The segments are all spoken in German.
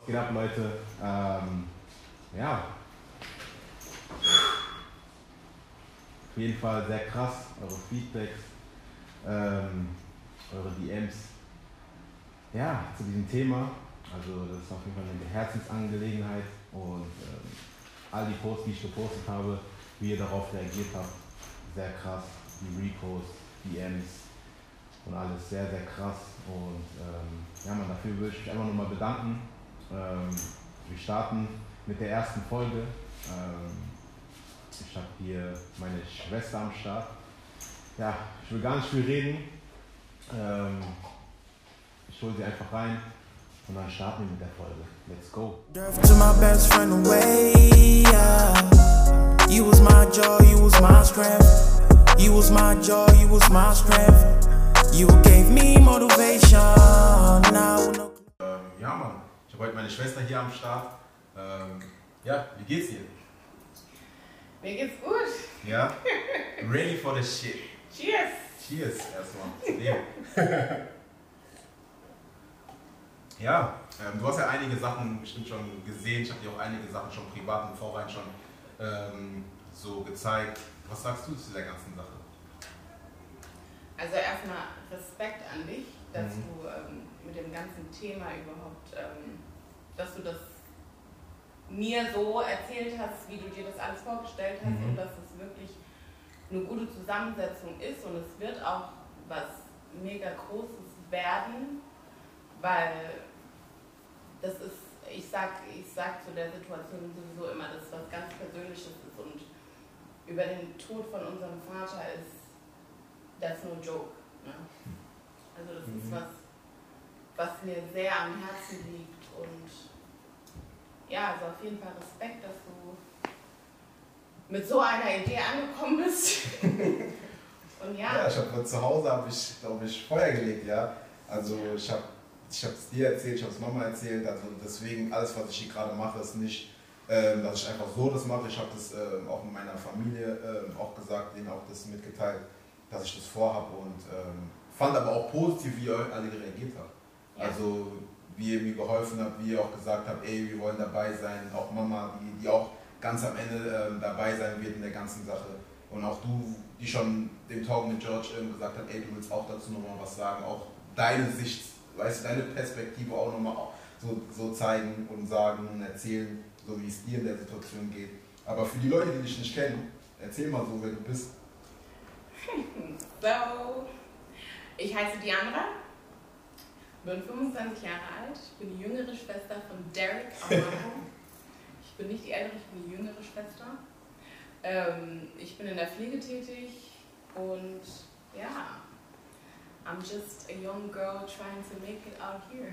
Geht ab, Leute. Ja. Auf jeden Fall sehr krass, eure Feedbacks, eure DMs. Ja, zu diesem Thema. Also das ist auf jeden Fall eine Herzensangelegenheit und all die Posts, die ich gepostet habe, wie ihr darauf reagiert habt, sehr krass. Die Reposts, DMs und alles sehr, sehr krass. Und ja, man, dafür würde ich mich einfach nochmal bedanken. Wir starten mit der ersten Folge. Ich habe hier meine Schwester am Start. Ja, ich will gar nicht viel reden. Ich hole sie einfach rein und dann starten wir mit der Folge. Let's go. To my best friend away, yeah. You was my joy, you was my strength. You was my joy, you was my strength. You gave me motivation. Now, no. Ja, Mann. Ich habe heute meine Schwester hier am Start. Ja, wie geht's dir? Mir geht's gut. Ja? Ready for the shit. Cheers. Cheers erstmal. Ja, du hast ja einige Sachen bestimmt schon gesehen. Ich habe dir auch einige Sachen schon privat im Vorrein schon so gezeigt. Was sagst du zu dieser ganzen Sache? Also erstmal Respekt an dich, dass du mit dem ganzen Thema überhaupt, dass du das mir so erzählt hast, wie du dir das alles vorgestellt hast und dass es wirklich eine gute Zusammensetzung ist und es wird auch was mega Großes werden, weil das ist, ich sag zu der Situation sowieso immer, dass es was ganz Persönliches ist und über den Tod von unserem Vater ist that's no joke. Ne? Also das ist was mir sehr am Herzen liegt und ja, also auf jeden Fall Respekt, dass du mit so einer Idee angekommen bist. Und ja. Ich habe zu Hause glaube ich, Feuer gelegt, ja. Also ich habe es dir erzählt, ich habe es Mama erzählt, also deswegen alles, was ich hier gerade mache, ist nicht, dass ich einfach so das mache. Ich habe das auch in meiner Familie auch gesagt, denen auch das mitgeteilt, dass ich das vorhabe und fand aber auch positiv, wie ihr alle reagiert habt. Ja. Also wie ihr mir geholfen habt, wie ihr auch gesagt habt, ey, wir wollen dabei sein, auch Mama, die auch ganz am Ende dabei sein wird in der ganzen Sache. Und auch du, die schon dem Talk mit George gesagt hat, ey, du willst auch dazu nochmal was sagen, auch deine Sicht, weißt du, deine Perspektive auch nochmal so zeigen und sagen und erzählen, so wie es dir in der Situation geht. Aber für die Leute, die dich nicht kennen, erzähl mal so, wer du bist. So, ich heiße Diandra, bin 25 Jahre alt, bin die jüngere Schwester von Derek Amaro. Ich bin nicht die ältere, ich bin die jüngere Schwester. Ich bin in der Pflege tätig und ja, I'm just a young girl trying to make it out here.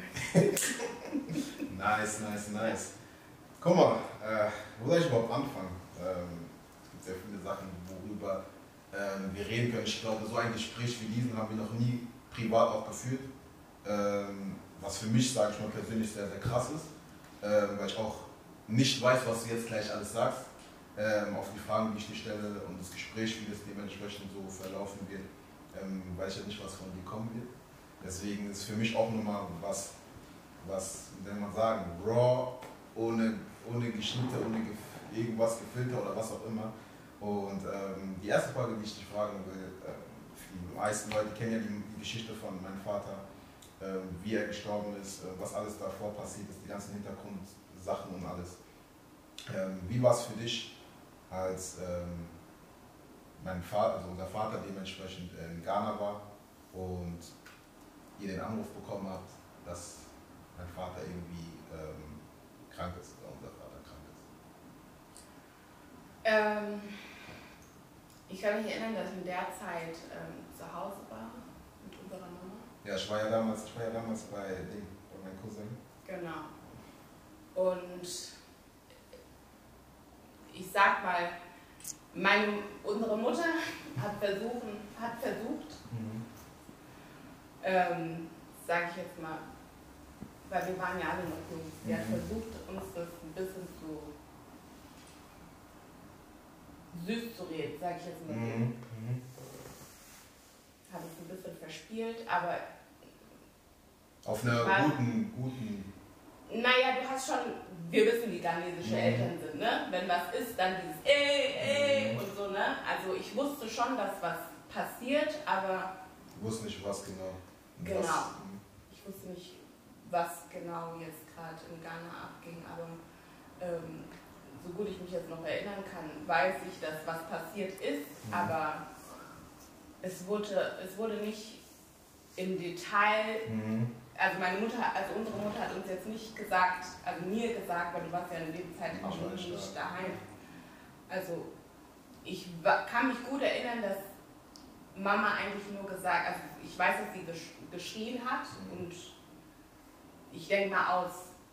Nice. Guck mal, wo soll ich überhaupt anfangen? Es gibt sehr viele Sachen, worüber wir reden können. Ich glaube, so ein Gespräch wie diesen haben wir noch nie privat auch geführt. Was für mich, sage ich mal persönlich, sehr, sehr krass ist. Weil ich auch nicht weiß, was du jetzt gleich alles sagst. Auf die Fragen, die ich dir stelle und das Gespräch, wie das dementsprechend so verlaufen wird, weiß ich ja nicht, was von dir kommen wird. Deswegen ist für mich auch nochmal was, wie soll man sagen, raw, ohne Geschnitte, ohne irgendwas gefiltert oder was auch immer. Und die erste Frage, die ich dich fragen will, die meisten Leute kennen ja die Geschichte von meinem Vater, wie er gestorben ist, was alles davor passiert ist, die ganzen Hintergrundsachen und alles. Wie war es für dich, als mein Vater, also unser Vater dementsprechend in Ghana war und ihr den Anruf bekommen habt, dass mein Vater irgendwie krank ist oder unser Vater krank ist? Ich kann mich erinnern, dass ich in der Zeit zu Hause war mit unserer Mama. Ja, ich war ja damals bei meinem Cousin. Genau. Und ich sag mal, unsere Mutter hat versucht, sage ich jetzt mal, weil wir waren ja alle noch jung, sie hat versucht, uns das ein bisschen süß zu reden, sage ich jetzt mal. Hat es ein bisschen verspielt, aber auf einer guten Naja, du hast schon, wir wissen, wie ghanesische Eltern sind, ne? Wenn was ist, dann dieses und so, ne? Also ich wusste schon, dass was passiert, aber... Du wusstest nicht, was genau. Genau. Ich wusste nicht, was genau jetzt gerade in Ghana abging, aber so gut ich mich jetzt noch erinnern kann, weiß ich, dass was passiert ist, aber es wurde nicht im Detail... Also unsere Mutter hat uns jetzt nicht gesagt, also mir gesagt, weil du warst ja in dem Zeit auch noch nicht daheim. Also ich kann mich gut erinnern, dass Mama eigentlich nur gesagt, also ich weiß, dass sie geschrien hat und ich denke mal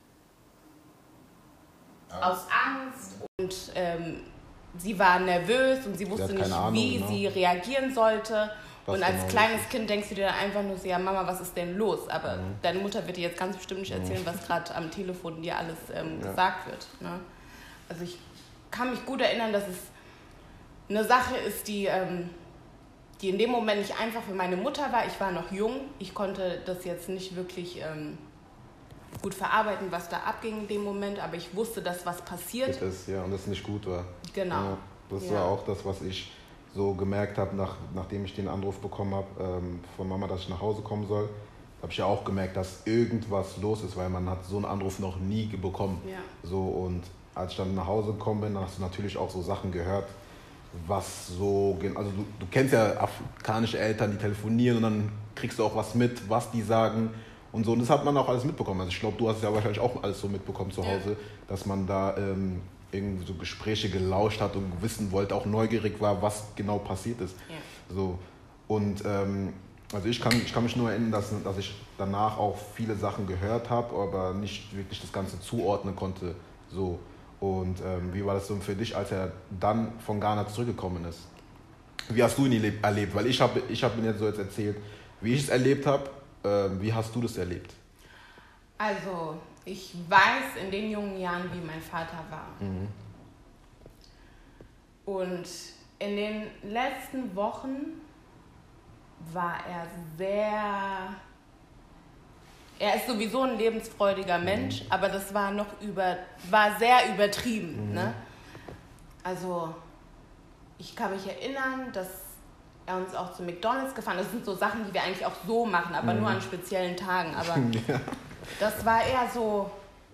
aus Angst und sie war nervös und sie wusste nicht, wie sie reagieren sollte. Und als kleines Kind denkst du dir dann einfach nur so, ja Mama, was ist denn los? Aber deine Mutter wird dir jetzt ganz bestimmt nicht erzählen, was gerade am Telefon dir alles gesagt wird. Ne? Also ich kann mich gut erinnern, dass es eine Sache ist, die in dem Moment nicht einfach für meine Mutter war. Ich war noch jung, ich konnte das jetzt nicht wirklich gut verarbeiten, was da abging in dem Moment, aber ich wusste, dass was passiert ist. Ja, und das nicht gut war. Genau. Ja, das war auch das, was ich so gemerkt habe, nachdem ich den Anruf bekommen habe von Mama, dass ich nach Hause kommen soll, habe ich ja auch gemerkt, dass irgendwas los ist, weil man hat so einen Anruf noch nie bekommen. Ja. So, und als ich dann nach Hause gekommen bin, hast du natürlich auch so Sachen gehört, was so, also du kennst ja afrikanische Eltern, die telefonieren und dann kriegst du auch was mit, was die sagen und so. Und das hat man auch alles mitbekommen. Also ich glaube, du hast ja wahrscheinlich auch alles so mitbekommen zu Hause, dass man da irgendwie so Gespräche gelauscht hat und wissen wollte, auch neugierig war, was genau passiert ist. Ja. So. Und also ich kann mich nur erinnern, dass ich danach auch viele Sachen gehört habe, aber nicht wirklich das Ganze zuordnen konnte. So. Und wie war das so für dich, als er dann von Ghana zurückgekommen ist? Wie hast du ihn erlebt? Weil ich hab ihn jetzt so jetzt erzählt, wie ich es erlebt habe. Wie hast du das erlebt? Also, ich weiß in den jungen Jahren, wie mein Vater war. Und in den letzten Wochen war er ist sowieso ein lebensfreudiger Mensch, aber das war sehr übertrieben. Ne? Also, ich kann mich erinnern, dass er uns auch zu McDonald's gefahren ist. Das sind so Sachen, die wir eigentlich auch so machen, aber nur an speziellen Tagen. Aber das war eher so,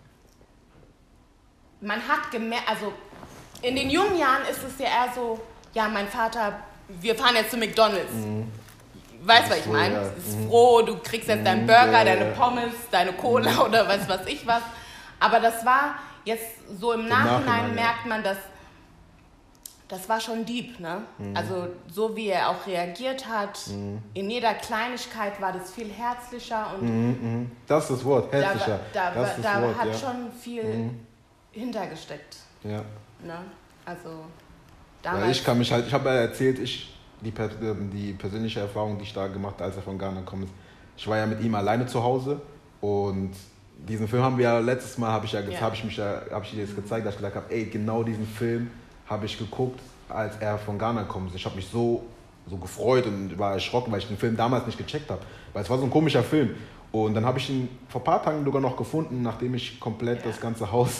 man hat gemerkt, also in den jungen Jahren ist es ja eher so, ja, mein Vater, wir fahren jetzt zu McDonald's. Weißt du, was ich meine? Du bist froh, du kriegst jetzt deinen Burger, deine Pommes, deine Cola oder weiß ich was. Aber das war jetzt so im Nachhinein merkt man, dass das war schon deep, ne? Also so wie er auch reagiert hat, in jeder Kleinigkeit war das viel herzlicher und das ist das Wort, herzlicher. Da hat schon viel hintergesteckt. Ja. Ne? Also damals. Ich habe ja erzählt, die persönliche Erfahrung, die ich da gemacht habe, als er von Ghana gekommen ist. Ich war ja mit ihm alleine zu Hause und diesen Film haben wir ja letztes Mal, habe ich dir jetzt gezeigt, dass ich gesagt habe, ey, genau diesen Film habe ich geguckt, als er von Ghana gekommen ist. Ich habe mich so gefreut und war erschrocken, weil ich den Film damals nicht gecheckt habe. Weil es war so ein komischer Film. Und dann habe ich ihn vor ein paar Tagen sogar noch gefunden, nachdem ich komplett das ganze Haus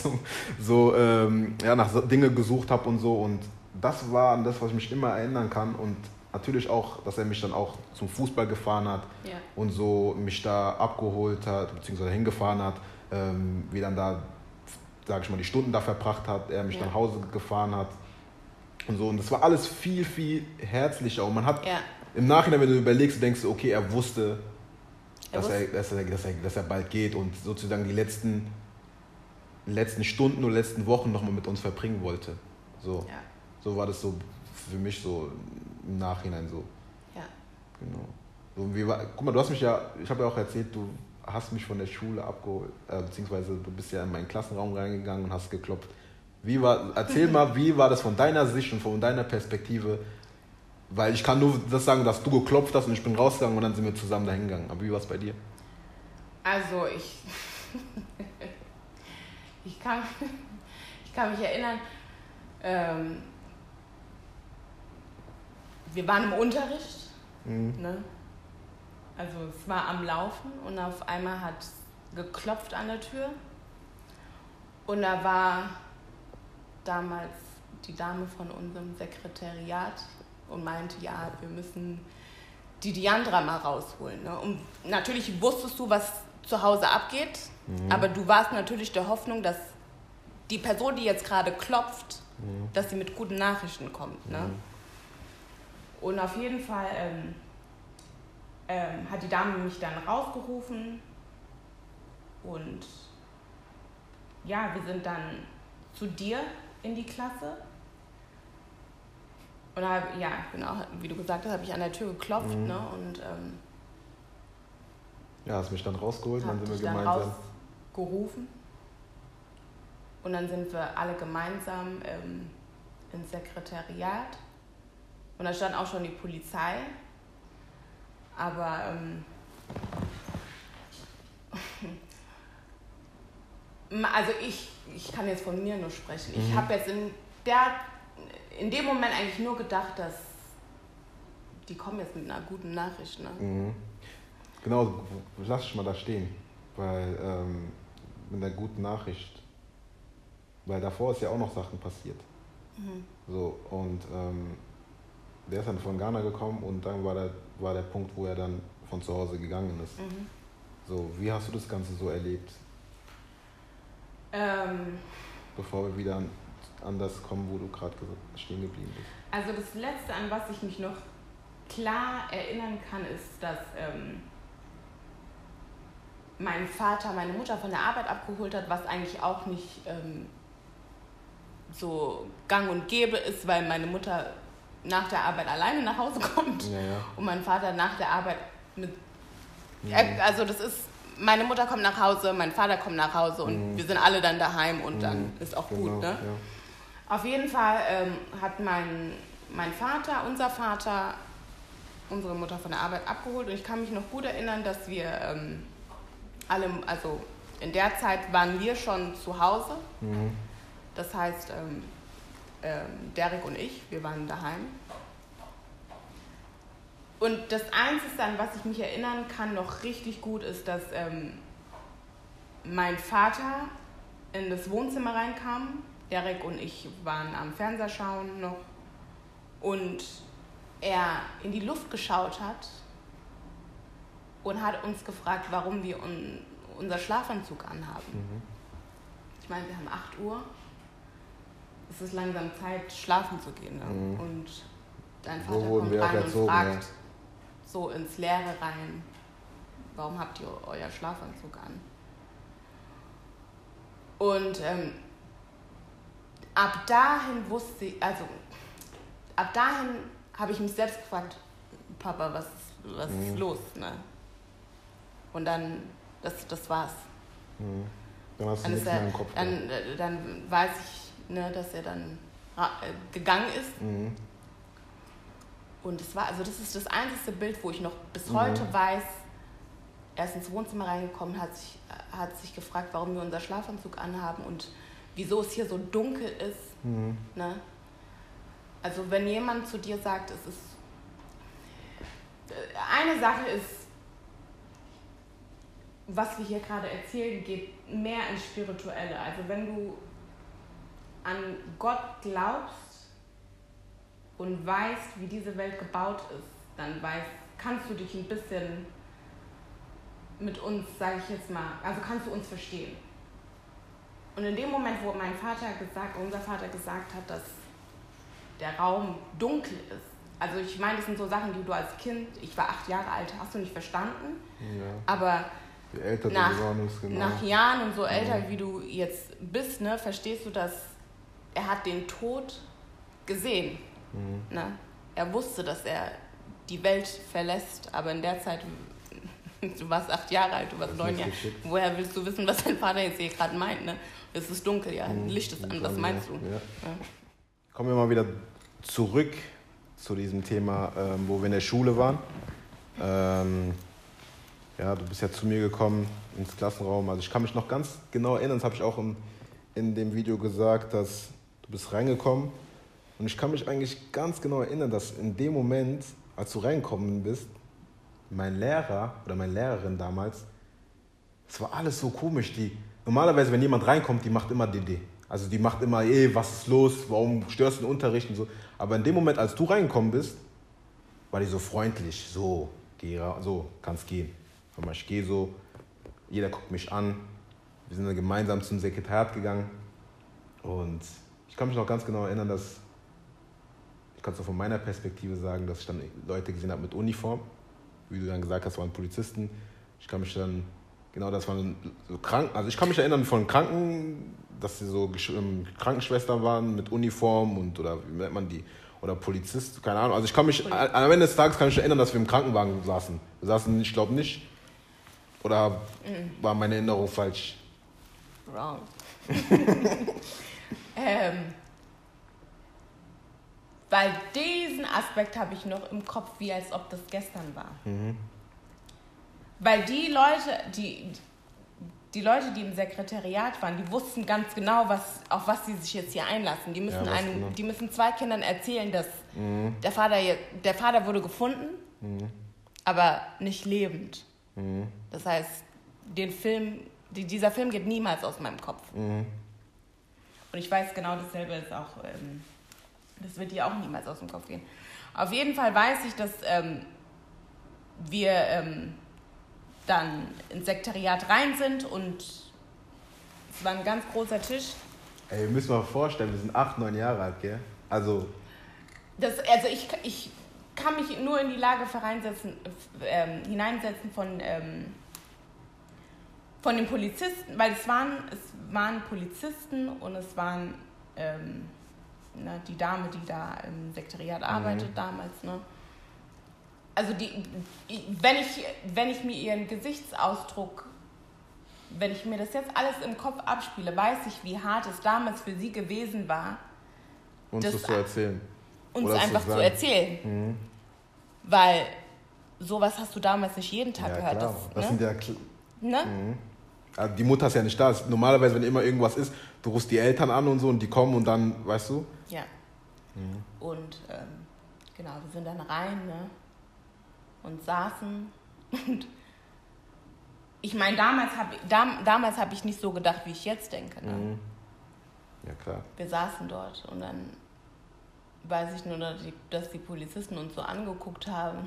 nach Dinge gesucht habe und so. Und das war das, was ich mich immer erinnern kann. Und natürlich auch, dass er mich dann auch zum Fußball gefahren hat und so mich da abgeholt hat, beziehungsweise hingefahren hat, wie dann da, sage ich mal, die Stunden da verbracht hat, er mich nach Hause gefahren hat und so. Und das war alles viel, viel herzlicher. Und man hat im Nachhinein, wenn du überlegst, denkst du, okay, er wusste, dass er bald geht und sozusagen die letzten Stunden oder letzten Wochen nochmal mit uns verbringen wollte. So war das so für mich so im Nachhinein so. Ja. Genau. Guck mal, ich habe ja auch erzählt, du hast mich von der Schule abgeholt, beziehungsweise du bist ja in meinen Klassenraum reingegangen und hast geklopft. Erzähl mal, wie war das von deiner Sicht und von deiner Perspektive? Weil ich kann nur das sagen, dass du geklopft hast und ich bin rausgegangen und dann sind wir zusammen dahin gegangen. Aber wie war es bei dir? Also ich kann mich erinnern, wir waren im Unterricht, ne? Also es war am Laufen und auf einmal hat es geklopft an der Tür Und da war damals die Dame von unserem Sekretariat und meinte, ja, wir müssen die Diandra mal rausholen. Ne? Und natürlich wusstest du, was zu Hause abgeht, aber du warst natürlich der Hoffnung, dass die Person, die jetzt gerade klopft, dass sie mit guten Nachrichten kommt. Ne? Und auf jeden Fall hat die Dame mich dann rausgerufen und ja, wir sind dann zu dir in die Klasse. Und da, ja, genau, wie du gesagt hast, habe ich an der Tür geklopft. Ne? Und ja, hast mich dann rausgeholt und dann sind wir dann gemeinsam rausgerufen. Und dann sind wir alle gemeinsam ins Sekretariat. Und da stand auch schon die Polizei. Aber also ich kann jetzt von mir nur sprechen. Ich habe jetzt in dem Moment eigentlich nur gedacht, dass die kommen jetzt mit einer guten Nachricht. Ne? Genau, lass ich mal da stehen. Weil mit einer guten Nachricht. Weil davor ist ja auch noch Sachen passiert. So, und der ist dann von Ghana gekommen und dann war der Punkt, wo er dann von zu Hause gegangen ist. So, wie hast du das Ganze so erlebt? Bevor wir wieder an das kommen, wo du gerade stehen geblieben bist. Also das Letzte, an was ich mich noch klar erinnern kann, ist, dass mein Vater meine Mutter von der Arbeit abgeholt hat, was eigentlich auch nicht so gang und gäbe ist, weil meine Mutter nach der Arbeit alleine nach Hause kommt und mein Vater nach der Arbeit mit... Also das ist, meine Mutter kommt nach Hause, mein Vater kommt nach Hause und wir sind alle dann daheim und dann ist auch gut. Ne? Ja. Auf jeden Fall hat mein Vater, unser Vater, unsere Mutter von der Arbeit abgeholt und ich kann mich noch gut erinnern, dass wir alle, also in der Zeit waren wir schon zu Hause. Das heißt, Derek und ich, wir waren daheim. Und das Einzige, an was ich mich erinnern kann, noch richtig gut, ist, dass mein Vater in das Wohnzimmer reinkam. Derek und ich waren am Fernseher schauen noch. Und er in die Luft geschaut hat und hat uns gefragt, warum wir unser Schlafanzug anhaben. Ich meine, wir haben 8 Uhr. Es ist langsam Zeit, schlafen zu gehen. Ne? Und dein Vater kommt rein und fragt so ins Leere rein, warum habt ihr euer Schlafanzug an? Und ab dahin habe ich mich selbst gefragt, Papa, was ist los? Ne? Und dann, das war's. Dann hast du nichts mehr im Kopf. Dann weiß ich, ne, dass er dann gegangen ist. Und das ist das einzige Bild, wo ich noch bis heute weiß, er ist ins Wohnzimmer reingekommen, hat sich gefragt, warum wir unser Schlafanzug anhaben und wieso es hier so dunkel ist. Ne? Also wenn jemand zu dir sagt, es ist... Eine Sache ist, was wir hier gerade erzählen, geht mehr ins Spirituelle. Also wenn du an Gott glaubst und weißt, wie diese Welt gebaut ist, dann kannst du dich ein bisschen mit uns, sage ich jetzt mal, also kannst du uns verstehen. Und in dem Moment, wo unser Vater gesagt hat, dass der Raum dunkel ist, also ich meine, das sind so Sachen, die du als Kind, ich war 8 Jahre alt, hast du nicht verstanden, aber nach Jahren und so älter, wie du jetzt bist, ne, verstehst du, dass er hat den Tod gesehen. Ne? Er wusste, dass er die Welt verlässt, aber in der Zeit, du warst 8 Jahre alt, du warst 9 Jahre, woher willst du wissen, was dein Vater jetzt hier gerade meint? Ne? Es ist dunkel, ja, Licht ist an, was meinst du? Ja. Kommen wir mal wieder zurück zu diesem Thema, wo wir in der Schule waren. Du bist ja zu mir gekommen ins Klassenraum. Also ich kann mich noch ganz genau erinnern, das habe ich auch in dem Video gesagt, dass du bist reingekommen. Und ich kann mich eigentlich ganz genau erinnern, dass in dem Moment, als du reingekommen bist, mein Lehrer oder meine Lehrerin damals, es war alles so komisch. Die normalerweise, wenn jemand reinkommt, die macht immer DD. Also die macht immer, was ist los, warum störst du den Unterricht und so. Aber in dem Moment, als du reingekommen bist, war die so freundlich, so, kannst gehen. Ich gehe so, jeder guckt mich an. Wir sind dann gemeinsam zum Sekretariat gegangen. Und ich kann mich noch ganz genau erinnern, dass, ich kann es von meiner Perspektive sagen, dass ich dann Leute gesehen habe mit Uniform. Wie du dann gesagt hast, waren Polizisten. Ich kann mich dann, genau, das waren so Kranken, also ich kann mich erinnern von Kranken, dass sie so Krankenschwestern waren mit Uniform und, oder wie nennt man die, oder Polizist, keine Ahnung. Also ich kann mich, am Ende des Tages kann ich mich erinnern, dass wir im Krankenwagen saßen. Wir saßen, ich glaube nicht, oder war meine Erinnerung falsch? Wrong. Weil diesen Aspekt habe ich noch im Kopf, wie als ob das gestern war. Mhm. Weil die Leute, die im Sekretariat waren, die wussten ganz genau, auf was sie sich jetzt hier einlassen. Die müssen, die müssen 2 Kindern erzählen, dass der Vater wurde gefunden, aber nicht lebend. Mhm. Das heißt, dieser Film geht niemals aus meinem Kopf. Mhm. Und ich weiß genau, dasselbe ist auch, das wird dir auch niemals aus dem Kopf gehen. Auf jeden Fall weiß ich, dass wir dann ins Sekretariat rein sind und es war ein ganz großer Tisch. Ey, wir müssen mal vorstellen, wir sind 8, 9 Jahre alt, gell? Also ich kann mich nur in die Lage hineinsetzen von den Polizisten, weil es waren Polizisten und es waren die Dame, die da im Sekretariat arbeitet damals, ne? Also wenn ich mir ihren Gesichtsausdruck, wenn ich mir das jetzt alles im Kopf abspiele, weiß ich, wie hart es damals für sie gewesen war, uns das zu erzählen. Uns einfach zu erzählen. Mhm. Weil sowas hast du damals nicht jeden Tag gehört. Klar. Das sind ja... Ne? Mhm. Also die Mutter ist ja nicht da. Normalerweise, wenn immer irgendwas ist, du rufst die Eltern an und so und die kommen und dann, weißt du? Ja. Mhm. Und genau, wir sind dann rein, ne? Und saßen. Und ich meine, damals hab ich nicht so gedacht, wie ich jetzt denke. Ne? Mhm. Ja, klar. Wir saßen dort und dann weiß ich nur, dass die Polizisten uns so angeguckt haben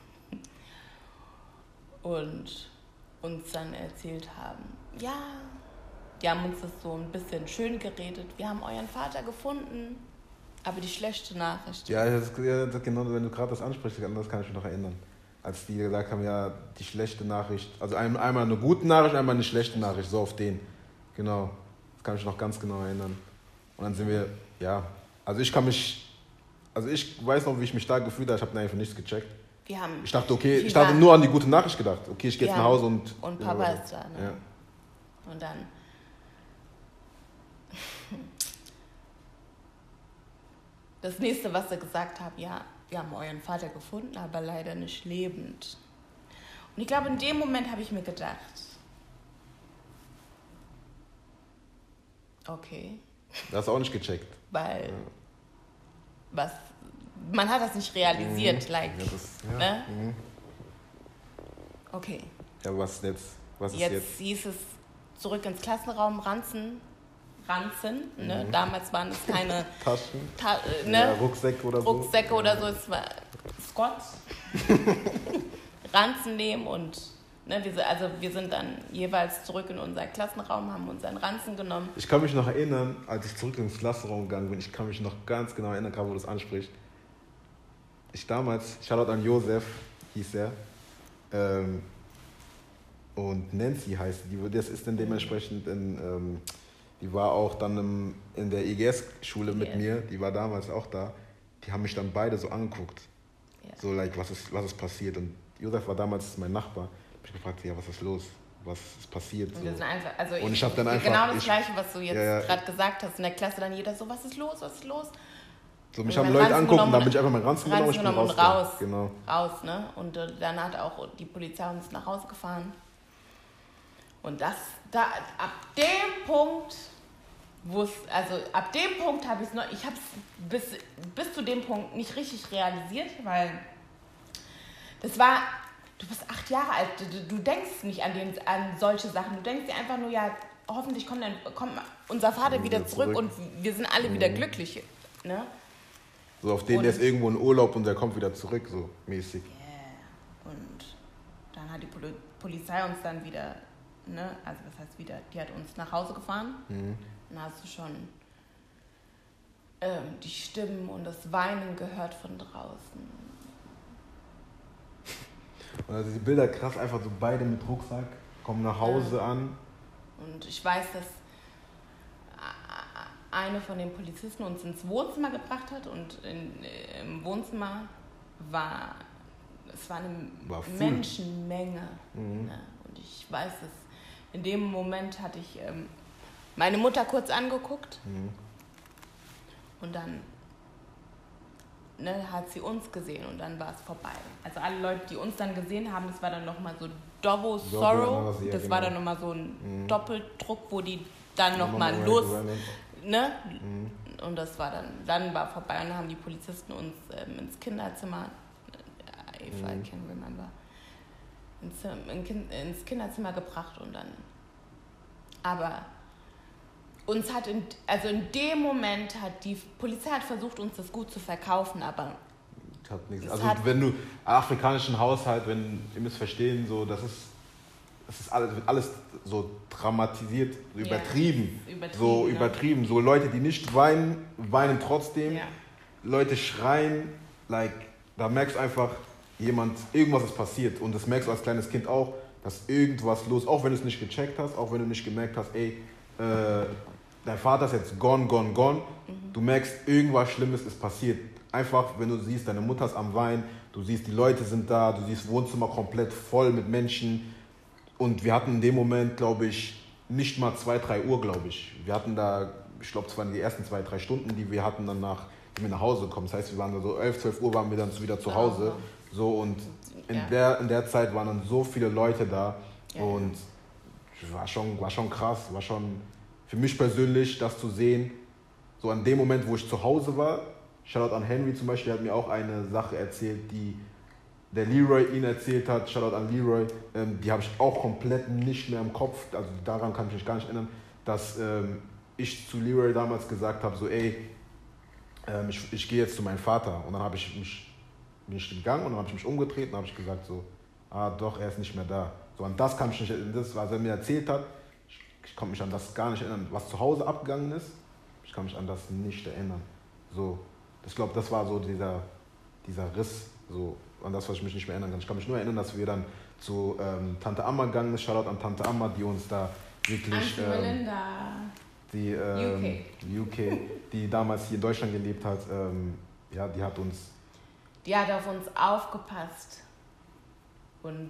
und uns dann erzählt haben, ja, die haben uns das so ein bisschen schön geredet, wir haben euren Vater gefunden, aber die schlechte Nachricht. Ja, genau, wenn du gerade das ansprichst, das kann ich mich noch erinnern. Als die gesagt haben, ja, die schlechte Nachricht, also einmal eine gute Nachricht, einmal eine schlechte Nachricht, so auf den. Genau, das kann ich noch ganz genau erinnern. Und dann sind wir, also ich weiß noch, wie ich mich da gefühlt habe, ich habe einfach nichts gecheckt. Ich dachte, okay, ich hatte nur an die gute Nachricht gedacht. Okay, ich gehe jetzt nach Hause und... Und Papa ist da, ne? Ja. Und dann... Das nächste, was sie gesagt haben, ja, wir haben euren Vater gefunden, aber leider nicht lebend. Und ich glaube, in dem Moment habe ich mir gedacht, okay. Das hast du auch nicht gecheckt. Weil, man hat das nicht realisiert, ne? Okay. Ja, was jetzt? Jetzt hieß es, zurück ins Klassenraum, Ranzen, ne? Damals waren es keine Taschen, ne? Rucksäcke oder so. Es war Scott. Ranzen nehmen und ne, wir sind dann jeweils zurück in unseren Klassenraum, haben unseren Ranzen genommen. Ich kann mich noch erinnern, als ich zurück ins Klassenraum gegangen bin, ich kann mich noch ganz genau erinnern, gerade wo du das ansprichst. Shoutout an Josef, hieß er, und Nancy heißt die, das ist dann dementsprechend, die war auch dann in der EGS-Schule mit mir, die war damals auch da, die haben mich dann beide so angeguckt, so was ist passiert, und Josef war damals mein Nachbar, ich habe gefragt, ja, was ist los, was ist passiert, so. Und ich habe dann einfach... Genau das Gleiche, was du jetzt gerade gesagt hast, in der Klasse dann jeder so, was ist los? So, mich haben Leute angeguckt und dann bin ich einfach meinen Ranzen genommen und raus. Genau. Raus, ne? Und dann hat auch die Polizei uns nach Hause gefahren. Und ab dem Punkt habe ich es noch, ich habe es bis zu dem Punkt nicht richtig realisiert, weil das war, du bist 8 Jahre alt, du denkst nicht an solche Sachen, du denkst dir einfach nur, ja, hoffentlich kommt unser Vater wieder zurück und wir sind alle wieder glücklich. Ne? So auf den, der ist irgendwo in Urlaub und der kommt wieder zurück, so mäßig. Yeah. Und dann hat die Polizei uns dann wieder, ne, also was heißt wieder, die hat uns nach Hause gefahren. Dann hast du schon die Stimmen und das Weinen gehört von draußen. Und also die Bilder krass, einfach so beide mit Rucksack, kommen nach Hause an. Und ich weiß, dass eine von den Polizisten uns ins Wohnzimmer gebracht hat und im Wohnzimmer war eine Menschenmenge. Ne? Und ich weiß es. In dem Moment hatte ich meine Mutter kurz angeguckt und dann hat sie uns gesehen und dann war es vorbei. Also alle Leute, die uns dann gesehen haben, das war dann nochmal so Double Sorrow. Das war dann nochmal so ein Doppeldruck, wo die dann nochmal los... Ne? Und das war dann war vorbei und dann haben die Polizisten uns ins Kinderzimmer, if I can remember, ins Kinderzimmer gebracht und dann, aber uns hat in dem Moment die Polizei hat versucht, uns das gut zu verkaufen, aber hat nichts. Also wenn du afrikanischen Haushalt, ihr müsst verstehen, so das ist wird alles so dramatisiert, so übertrieben. So übertrieben. So Leute, die nicht weinen, weinen trotzdem. Ja. Leute schreien, da merkst du einfach, irgendwas ist passiert. Und das merkst du als kleines Kind auch, dass irgendwas los ist. Auch wenn du es nicht gecheckt hast, auch wenn du nicht gemerkt hast, dein Vater ist jetzt gone. Du merkst, irgendwas Schlimmes ist passiert. Einfach, wenn du siehst, deine Mutter ist am Weinen, du siehst, die Leute sind da, du siehst Wohnzimmer komplett voll mit Menschen. Und wir hatten in dem Moment, glaube ich, nicht mal 2-3 Uhr, glaube ich. Wir hatten da, ich glaube, es waren die ersten 2-3 Stunden, die wir hatten danach, die wir nach Hause kommen. Das heißt, wir waren da so 11-12 Uhr waren wir dann wieder zu Hause. So, und in der Zeit waren dann so viele Leute da. Ja. Und war schon krass, war schon für mich persönlich, das zu sehen. So an dem Moment, wo ich zu Hause war, Shoutout an Henry zum Beispiel, der hat mir auch eine Sache erzählt, die der Leroy ihn erzählt hat, Shoutout an Leroy, die habe ich auch komplett nicht mehr im Kopf, also daran kann ich mich gar nicht erinnern, dass ich zu Leroy damals gesagt habe, so ich gehe jetzt zu meinem Vater. Und dann bin ich gegangen und dann habe ich mich umgedreht und habe ich gesagt so, doch, er ist nicht mehr da. So an das kann ich mich nicht erinnern, das, was er mir erzählt hat, ich konnte mich an das gar nicht erinnern, was zu Hause abgegangen ist, ich kann mich an das nicht erinnern. So, ich glaube, das war so dieser Riss, so an das, was ich mich nicht mehr erinnern kann. Ich kann mich nur erinnern, dass wir dann zu Tante Amma gegangen sind. Shoutout an Tante Amma, die uns da wirklich... die UK, die damals hier in Deutschland gelebt hat, die hat uns... Die hat auf uns aufgepasst. Und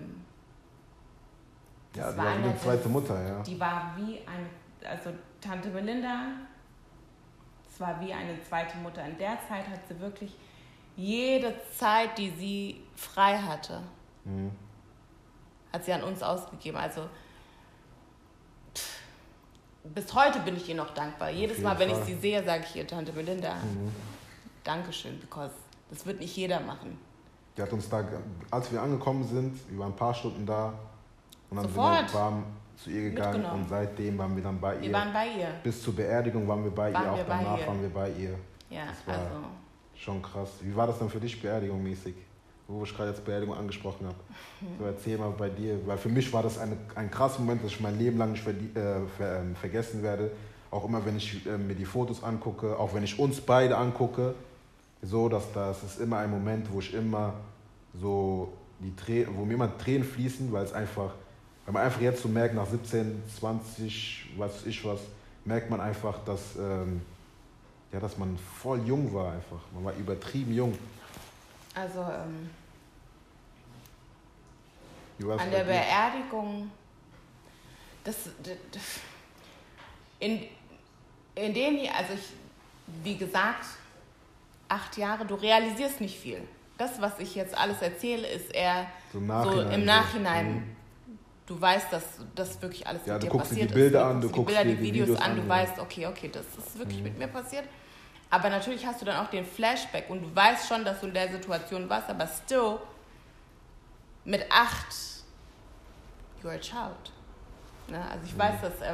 die war wie eine zweite Mutter, ja. Die war wie also Tante Melinda, es war wie eine zweite Mutter. In der Zeit hat sie wirklich jede Zeit, die sie frei hatte, hat sie an uns ausgegeben. Also bis heute bin ich ihr noch dankbar. Jedes Mal, wenn ich sie sehe, sage ich ihr, Tante Melinda, Dankeschön, because das wird nicht jeder machen. Die hat uns da, als wir angekommen sind, wir waren ein paar Stunden da und dann Sofort sind wir warm zu ihr gegangen und seitdem waren wir dann bei ihr. Wir waren bei ihr. Bis zur Beerdigung waren wir bei ihr, auch danach waren wir bei ihr. Ja, das war schon krass. Wie war das dann für dich beerdigungsmäßig? Wo ich gerade jetzt Beerdigung angesprochen habe. So, erzähl mal bei dir, weil für mich war das ein krasser Moment, das ich mein Leben lang nicht vergessen werde. Auch immer, wenn ich mir die Fotos angucke, auch wenn ich uns beide angucke, so, das ist immer ein Moment, wo ich immer so wo mir immer Tränen fließen, weil man einfach jetzt so merkt, nach 17, 20, was merkt man einfach, dass man voll jung war einfach. Man war übertrieben jung. Also an der Beerdigung, wie gesagt, 8 Jahre, du realisierst nicht viel. Das, was ich jetzt alles erzähle, ist eher so im Nachhinein. Du weißt, dass das wirklich alles mit dir passiert ist. Du guckst dir die Bilder an, du guckst dir die Videos an, du weißt, okay, das ist wirklich mit mir passiert. Aber natürlich hast du dann auch den Flashback und du weißt schon, dass du in der Situation warst, aber still, mit 8, you're a child. Ne? Also ich weiß, dass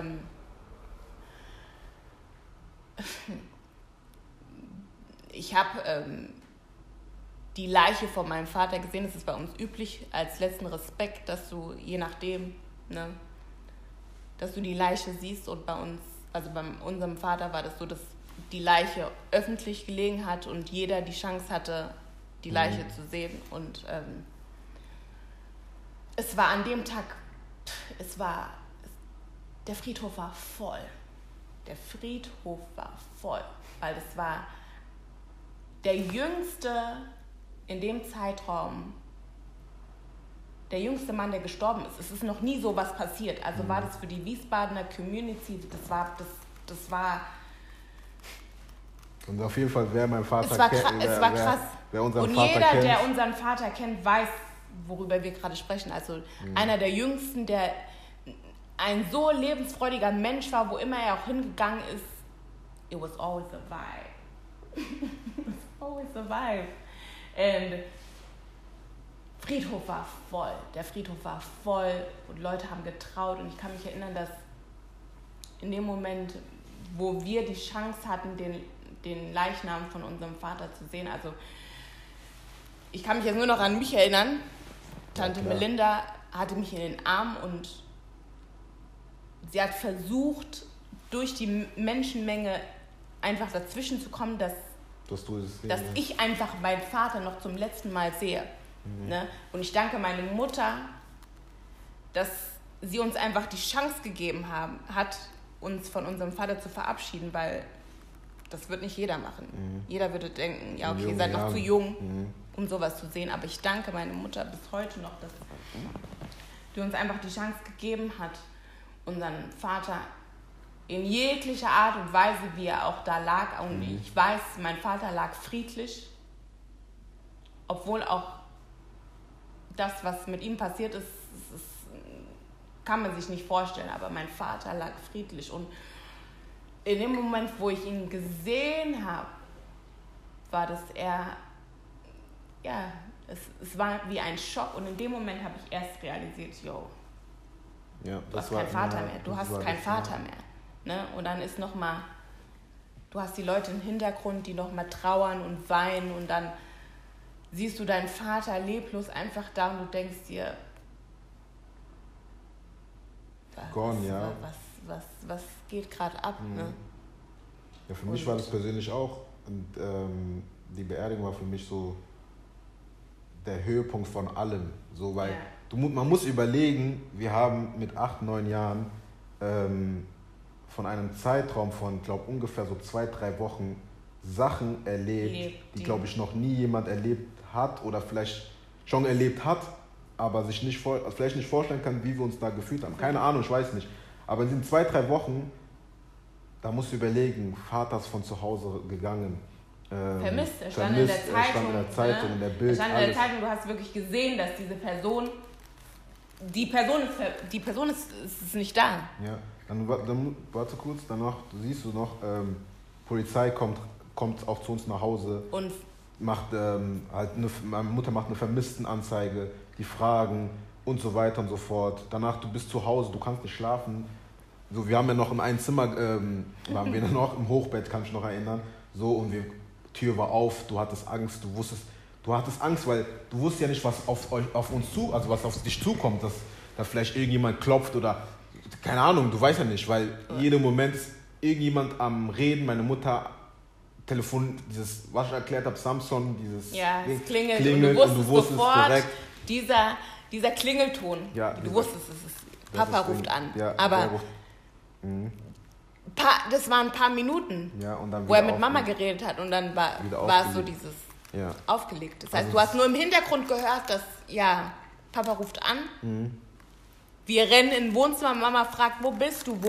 ich habe die Leiche von meinem Vater gesehen. Das ist bei uns üblich als letzten Respekt, dass du je nachdem, ne, dass du die Leiche siehst. Und bei uns, also bei unserem Vater war das so, dass die Leiche öffentlich gelegen hat und jeder die Chance hatte, die Leiche zu sehen. Und es war an dem Tag, der Friedhof war voll. Der Friedhof war voll, weil das war der jüngste in dem Zeitraum, der jüngste Mann, der gestorben ist. Es ist noch nie so was passiert. Also war das für die Wiesbadener Community, das war und auf jeden Fall, wer mein Vater kennt, es war krass. Wer unseren und Vater jeder, kennt, der unseren Vater kennt, weiß, worüber wir gerade sprechen. Also einer der jüngsten, der ein so lebensfreudiger Mensch war, wo immer er auch hingegangen ist, it was always a vibe. It was always a vibe. Und Friedhof war voll. Der Friedhof war voll und Leute haben getraut. Und ich kann mich erinnern, dass in dem Moment, wo wir die Chance hatten, den Leichnam von unserem Vater zu sehen, also ich kann mich jetzt nur noch an mich erinnern, Tante Melinda hatte mich in den Arm und sie hat versucht, durch die Menschenmenge einfach dazwischen zu kommen, dass ich einfach meinen Vater noch zum letzten Mal sehe. Ne? Und ich danke meiner Mutter, dass sie uns einfach die Chance gegeben hat, uns von unserem Vater zu verabschieden, weil das wird nicht jeder machen. Jeder würde denken, ja okay, ihr seid noch zu jung, um sowas zu sehen. Aber ich danke meiner Mutter bis heute noch, dass die uns einfach die Chance gegeben hat, unseren Vater in jeglicher Art und Weise, wie er auch da lag. Und ich weiß, mein Vater lag friedlich, obwohl auch das, was mit ihm passiert ist, kann man sich nicht vorstellen. Aber mein Vater lag friedlich. Und in dem Moment, wo ich ihn gesehen habe, war das es war wie ein Schock. Und in dem Moment habe ich erst realisiert, du hast keinen Vater mehr. Du hast keinen Vater mehr. Ne? Und dann ist nochmal, du hast die Leute im Hintergrund, die nochmal trauern und weinen und dann siehst du deinen Vater leblos einfach da und du denkst dir, was geht gerade ab? Ne? Ja, für mich war das persönlich auch. Und die Beerdigung war für mich so der Höhepunkt von allem. So, weil man muss überlegen, wir haben mit 8, 9 Jahren von einem Zeitraum von, glaube ungefähr so 2-3 Wochen Sachen erlebt, die glaube ich noch nie jemand erlebt hat oder vielleicht schon erlebt hat, aber sich vielleicht nicht vorstellen kann, wie wir uns da gefühlt haben. Keine Ahnung, ich weiß nicht. Aber in diesen 2-3 Wochen, da musst du überlegen, Vater ist von zu Hause gegangen. Vermisst, er stand in der Zeitung, in der Bild, er stand in der Zeitung, du hast wirklich gesehen, dass diese Person, die Person ist nicht da. Ja, dann warte kurz, danach siehst du noch, Polizei kommt auch zu uns nach Hause und macht meine Mutter macht eine Vermisstenanzeige, die fragen und so weiter und so fort. Danach, du bist zu Hause, du kannst nicht schlafen. So, wir haben ja noch in einem Zimmer, waren wir noch im Hochbett, kann ich noch erinnern. So, und die Tür war auf, du hattest Angst, weil du wusstest ja nicht, was auf uns also was auf dich zukommt, dass da vielleicht irgendjemand klopft oder, keine Ahnung, du weißt ja nicht, weil jeden Moment ist irgendjemand am Reden, meine Mutter Telefon, was ich erklärt habe, Samsung, es klingelt und du wusstest sofort direkt, dieser Klingelton, du wusstest, Papa ruft an, aber das waren ein paar Minuten, wo er mit Mama geredet hat und dann war es so dieses aufgelegt. Das heißt, du hast nur im Hintergrund gehört, dass Papa ruft an, wir rennen in den Wohnzimmer, Mama fragt, wo bist du?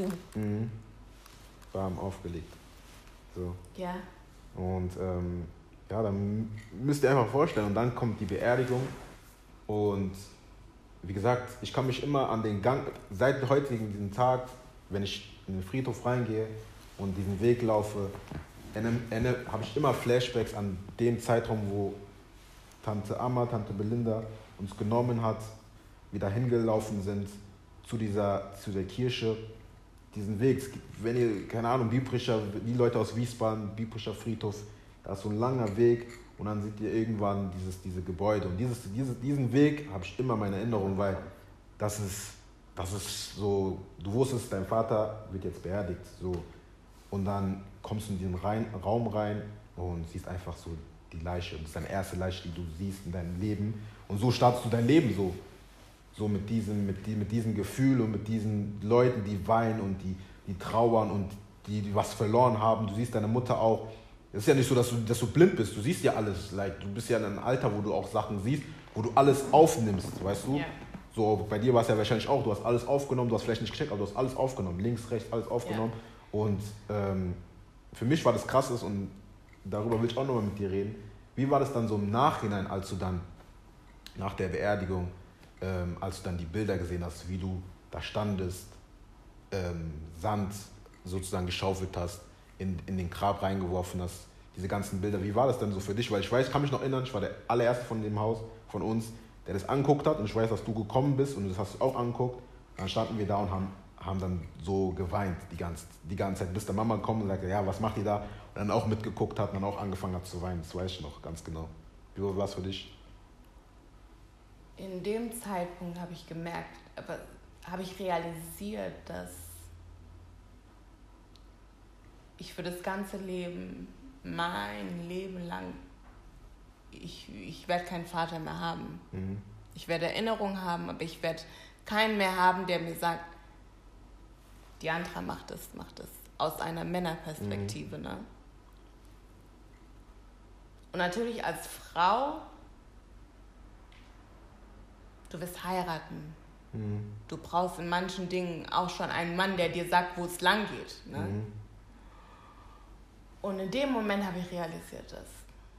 Bam, aufgelegt. So. Ja. Und dann müsst ihr einfach vorstellen, und dann kommt die Beerdigung und wie gesagt, ich kann mich immer an den Gang, seit heutigen diesen Tag, wenn ich in den Friedhof reingehe und diesen Weg laufe, habe ich immer Flashbacks an den Zeitraum, wo Tante Amma, Tante Belinda uns genommen hat, wir da hingelaufen sind zu der Kirche, diesen Weg. Wenn ihr, keine Ahnung, Bibrischer, die Leute aus Wiesbaden, Bibrischer Friedhof, da ist so ein langer Weg und dann seht ihr irgendwann diese Gebäude. Und diesen Weg habe ich immer in meiner Erinnerung, weil das ist so, du wusstest, dein Vater wird jetzt beerdigt. So. Und dann kommst du in diesen Raum rein und siehst einfach so die Leiche. Und das ist deine erste Leiche, die du siehst in deinem Leben. Und so startest du dein Leben so mit diesem Gefühl und mit diesen Leuten, die weinen und die trauern und die was verloren haben. Du siehst deine Mutter auch. Es ist ja nicht so, dass du blind bist. Du siehst ja alles. Du bist ja in einem Alter, wo du auch Sachen siehst, wo du alles aufnimmst, weißt du? Ja. So, bei dir war es ja wahrscheinlich auch. Du hast alles aufgenommen, du hast vielleicht nicht gecheckt, aber du hast alles aufgenommen. Links, rechts, alles aufgenommen. Ja. Und für mich war das Krasses und darüber will ich auch nochmal mit dir reden. Wie war das dann so im Nachhinein, als du dann nach der Beerdigung, als du dann die Bilder gesehen hast, wie du da standest, Sand sozusagen geschaufelt hast, in den Grab reingeworfen hast, diese ganzen Bilder, wie war das denn so für dich? Weil ich kann mich noch erinnern, ich war der allererste von dem Haus, von uns, der das angeguckt hat und ich weiß, dass du gekommen bist und das hast du auch angeguckt. Dann standen wir da und haben dann so geweint die ganze Zeit, bis der Mama gekommen und sagte, ja, was macht ihr da? Und dann auch mitgeguckt hat und dann auch angefangen hat zu weinen, das weiß ich noch ganz genau. Wie war es für dich? In dem Zeitpunkt habe ich gemerkt, aber habe ich realisiert, dass ich für das ganze Leben, mein Leben lang, ich werde keinen Vater mehr haben. Mhm. Ich werde Erinnerungen haben, aber ich werde keinen mehr haben, der mir sagt, Diandra macht das aus einer Männerperspektive. Mhm. Ne? Und natürlich als Frau, du wirst heiraten. Mhm. Du brauchst in manchen Dingen auch schon einen Mann, der dir sagt, wo es lang geht. Ne? Mhm. Und in dem Moment habe ich realisiert, das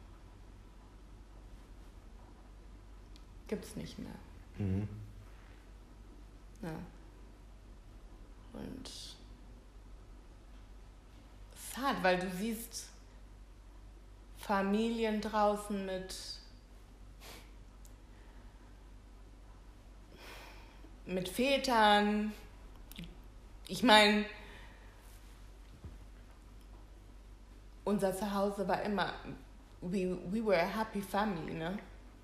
gibt es nicht mehr. Mhm. Ja. Und es ist hart, weil du siehst Familien draußen mit Vätern. Ich meine, unser Zuhause war immer, we were a happy family, ne?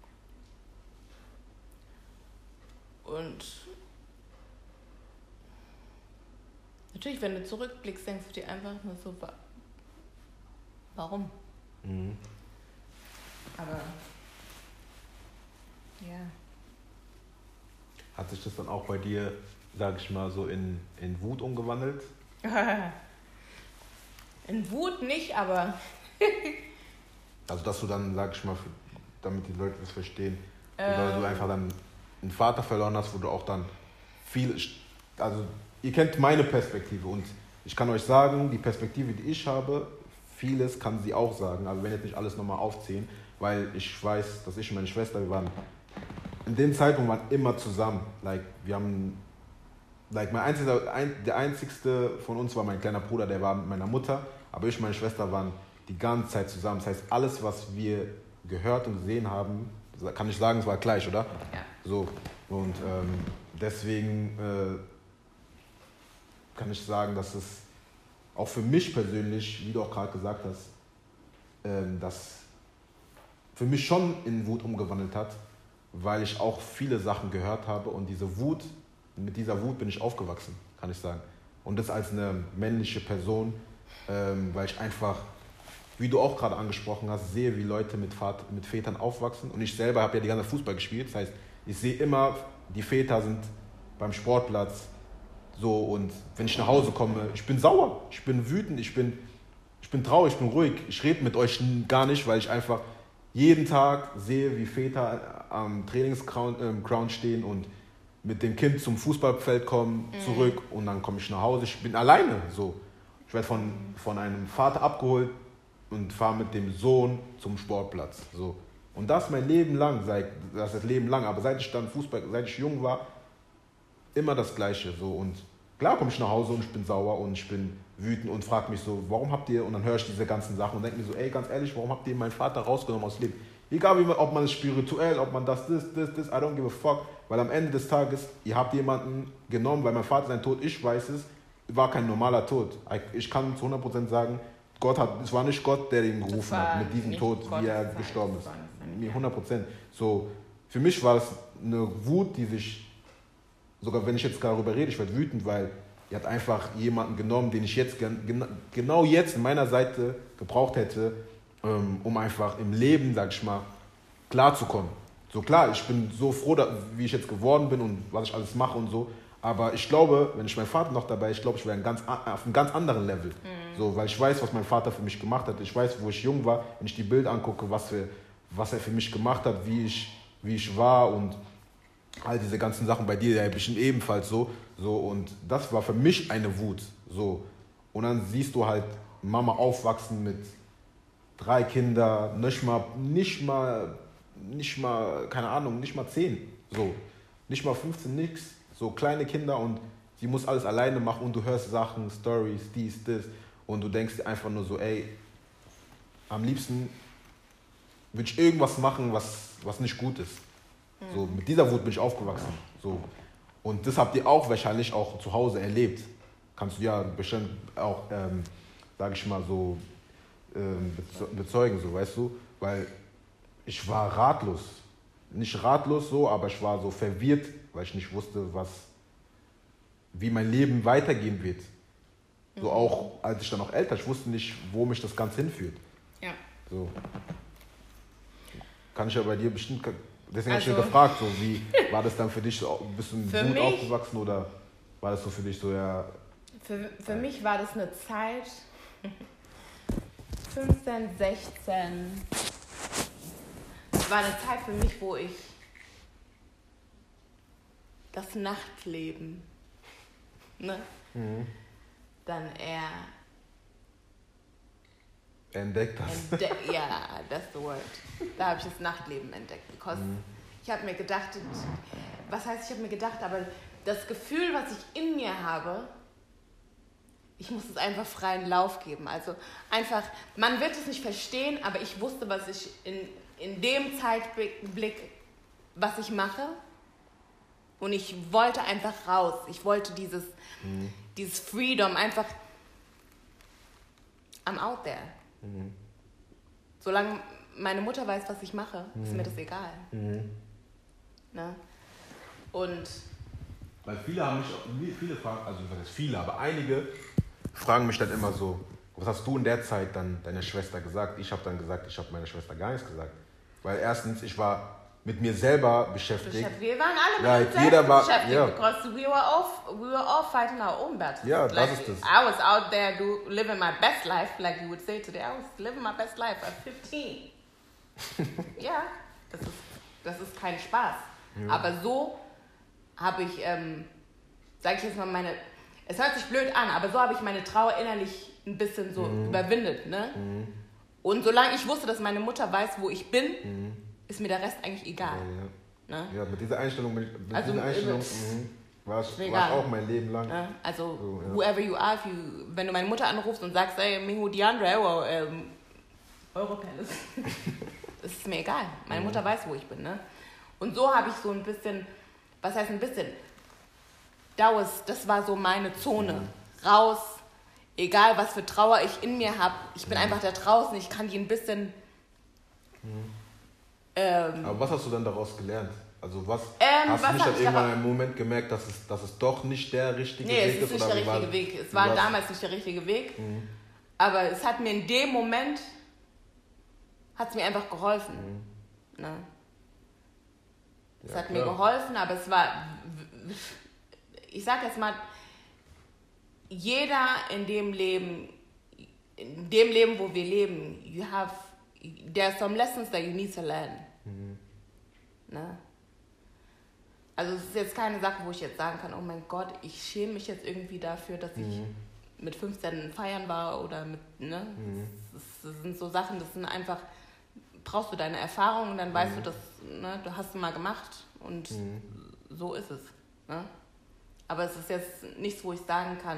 Und natürlich, wenn du zurückblickst, denkst du dir einfach nur so, warum? Mhm. Aber, ja. Hat sich das dann auch bei dir, sag ich mal, so in Wut umgewandelt? In Wut nicht, aber... Also, dass du dann, sag ich mal, damit die Leute das verstehen, weil du einfach dann einen Vater verloren hast, wo du auch dann viel... Also, ihr kennt meine Perspektive und ich kann euch sagen, die Perspektive, die ich habe, vieles kann sie auch sagen. Also, wenn jetzt nicht alles nochmal aufzählen, weil ich weiß, dass ich und meine Schwester, wir waren... In dem Zeitpunkt waren immer zusammen. Wir haben... der einzigste von uns war mein kleiner Bruder, der war mit meiner Mutter, aber ich und meine Schwester waren die ganze Zeit zusammen. Das heißt, alles, was wir gehört und gesehen haben, kann ich sagen, es war gleich, oder? Ja. So, und deswegen kann ich sagen, dass es auch für mich persönlich, wie du auch gerade gesagt hast, das für mich schon in Wut umgewandelt hat, weil ich auch viele Sachen gehört habe und mit dieser Wut bin ich aufgewachsen, kann ich sagen. Und das als eine männliche Person, weil ich einfach, wie du auch gerade angesprochen hast, sehe, wie Leute mit Vätern aufwachsen. Und ich selber habe ja die ganze Zeit Fußball gespielt. Das heißt, ich sehe immer, die Väter sind beim Sportplatz so und wenn ich nach Hause komme, ich bin sauer, ich bin wütend, ich bin traurig, ich bin ruhig. Ich rede mit euch gar nicht, weil ich einfach jeden Tag sehe, wie Väter am Trainingsground stehen und mit dem Kind zum Fußballfeld kommen, zurück und dann komme ich nach Hause. Ich bin alleine. So. Ich werde von einem Vater abgeholt und fahre mit dem Sohn zum Sportplatz. So. Und das mein Leben lang, aber seit ich jung war, immer das Gleiche. So. Und klar komme ich nach Hause und ich bin sauer und ich bin wütend und frage mich so, warum habt ihr, und dann höre ich diese ganzen Sachen und denke mir so, ey, ganz ehrlich, warum habt ihr meinen Vater rausgenommen aus dem Leben? Egal, ob man es spirituell, ob man das, I don't give a fuck. Weil am Ende des Tages, ihr habt jemanden genommen, weil mein Vater sein Tod, ich weiß es, war kein normaler Tod. Ich kann zu 100% sagen, es war nicht Gott, der ihn gerufen hat mit diesem Tod, wie er gestorben ist. 100%. So, für mich war es eine Wut, die sich, sogar wenn ich jetzt darüber rede, ich werde wütend, weil ihr habt einfach jemanden genommen, den ich jetzt genau jetzt in meiner Seite gebraucht hätte, um einfach im Leben, sag ich mal, klarzukommen. So klar, ich bin so froh, wie ich jetzt geworden bin und was ich alles mache und so, aber ich glaube, wenn ich meinen Vater noch dabei, ich glaube, ich wäre auf einem ganz anderen Level. So, weil ich weiß, was mein Vater für mich gemacht hat. Ich weiß, wo ich jung war, wenn ich die Bilder angucke, was er für mich gemacht hat, wie ich war und all diese ganzen Sachen bei dir, ja bestimmt ebenfalls so. Und das war für mich eine Wut. So. Und dann siehst du halt Mama aufwachsen mit 3 Kindern, nicht mal, keine Ahnung, nicht mal 10. So. Nicht mal 15, nix. So kleine Kinder und sie muss alles alleine machen und du hörst Sachen, Stories, dies, das und du denkst dir einfach nur so, ey, am liebsten würde ich irgendwas machen, was nicht gut ist. So, mit dieser Wut bin ich aufgewachsen. So. Und das habt ihr auch wahrscheinlich auch zu Hause erlebt. Kannst du ja bestimmt auch, sag ich mal so, bezeugen, so, weißt du? Weil ich war ratlos. Nicht ratlos so, aber ich war so verwirrt, weil ich nicht wusste, wie mein Leben weitergehen wird. So auch, als ich dann noch älter, ich wusste nicht, wo mich das Ganze hinführt. Ja. So. Kann ich ja bei dir bestimmt, deswegen habe ich dich gefragt, so, wie war das dann für dich, so, bist du in Wut aufgewachsen oder war das so für dich so, ja... Für mich war das eine Zeit, 15, 16, es war eine Zeit für mich, wo ich das Nachtleben, ne? Dann eher entdeckt hast. Ja, that's the word. Da habe ich das Nachtleben entdeckt. Because ich habe mir gedacht, aber das Gefühl, was ich in mir habe, ich muss es einfach freien Lauf geben. Also einfach, man wird es nicht verstehen, aber ich wusste, was ich in dem Zeitblick, was ich mache. Und ich wollte einfach raus. Ich wollte dieses Freedom, einfach, I'm out there. Solange meine Mutter weiß, was ich mache, ist mir das egal. Ne? Und weil viele fragen, also was heißt viele, aber einige fragen mich dann immer so, was hast du in der Zeit dann deiner Schwester gesagt? Ich habe dann gesagt, ich habe meiner Schwester gar nichts gesagt. Weil erstens, ich war mit mir selber beschäftigt. Wir waren alle mit uns selbst beschäftigt, because we were all fighting our own battles. Ja, das ist das. I was out there living my best life, like you would say today. I was living my best life at 15. Ja, das ist kein Spaß. Ja. Aber so habe ich, sag ich jetzt mal, es hört sich blöd an, aber so habe ich meine Trauer innerlich ein bisschen so überwindet. Ne? Und solange ich wusste, dass meine Mutter weiß, wo ich bin, ist mir der Rest eigentlich egal. Ja, ne? Ja, mit dieser Einstellung war ich auch mein Leben lang. Also, so, ja. Whoever you are, wenn du meine Mutter anrufst und sagst, ey, Mihu Diandre, Europelis, das ist mir egal. Meine Mutter weiß, wo ich bin. Ne? Und so habe ich so ein bisschen, was heißt ein bisschen? Das war so meine Zone. Raus, egal was für Trauer ich in mir habe. Ich bin einfach da draußen, ich kann die ein bisschen... Aber was hast du dann daraus gelernt? Also hast du nicht dann irgendwann einen Moment gemerkt, dass es doch nicht der richtige Weg ist? Nee, es ist nicht der richtige Weg. Es war damals nicht der richtige Weg. Aber es hat mir in dem Moment, mir einfach geholfen. Ne? Es hat mir geholfen, aber es war, ich sag jetzt mal, jeder in dem Leben, wo wir leben, there are some lessons that you need to learn. Ne? Also es ist jetzt keine Sache, wo ich jetzt sagen kann, oh mein Gott, ich schäme mich jetzt irgendwie dafür, dass ich mit 15 feiern war oder mit, ne? Das sind so Sachen, das sind einfach, brauchst du deine Erfahrungen und dann weißt du, dass, ne, du hast es mal gemacht und so ist es. Ne? Aber es ist jetzt nichts, wo ich sagen kann,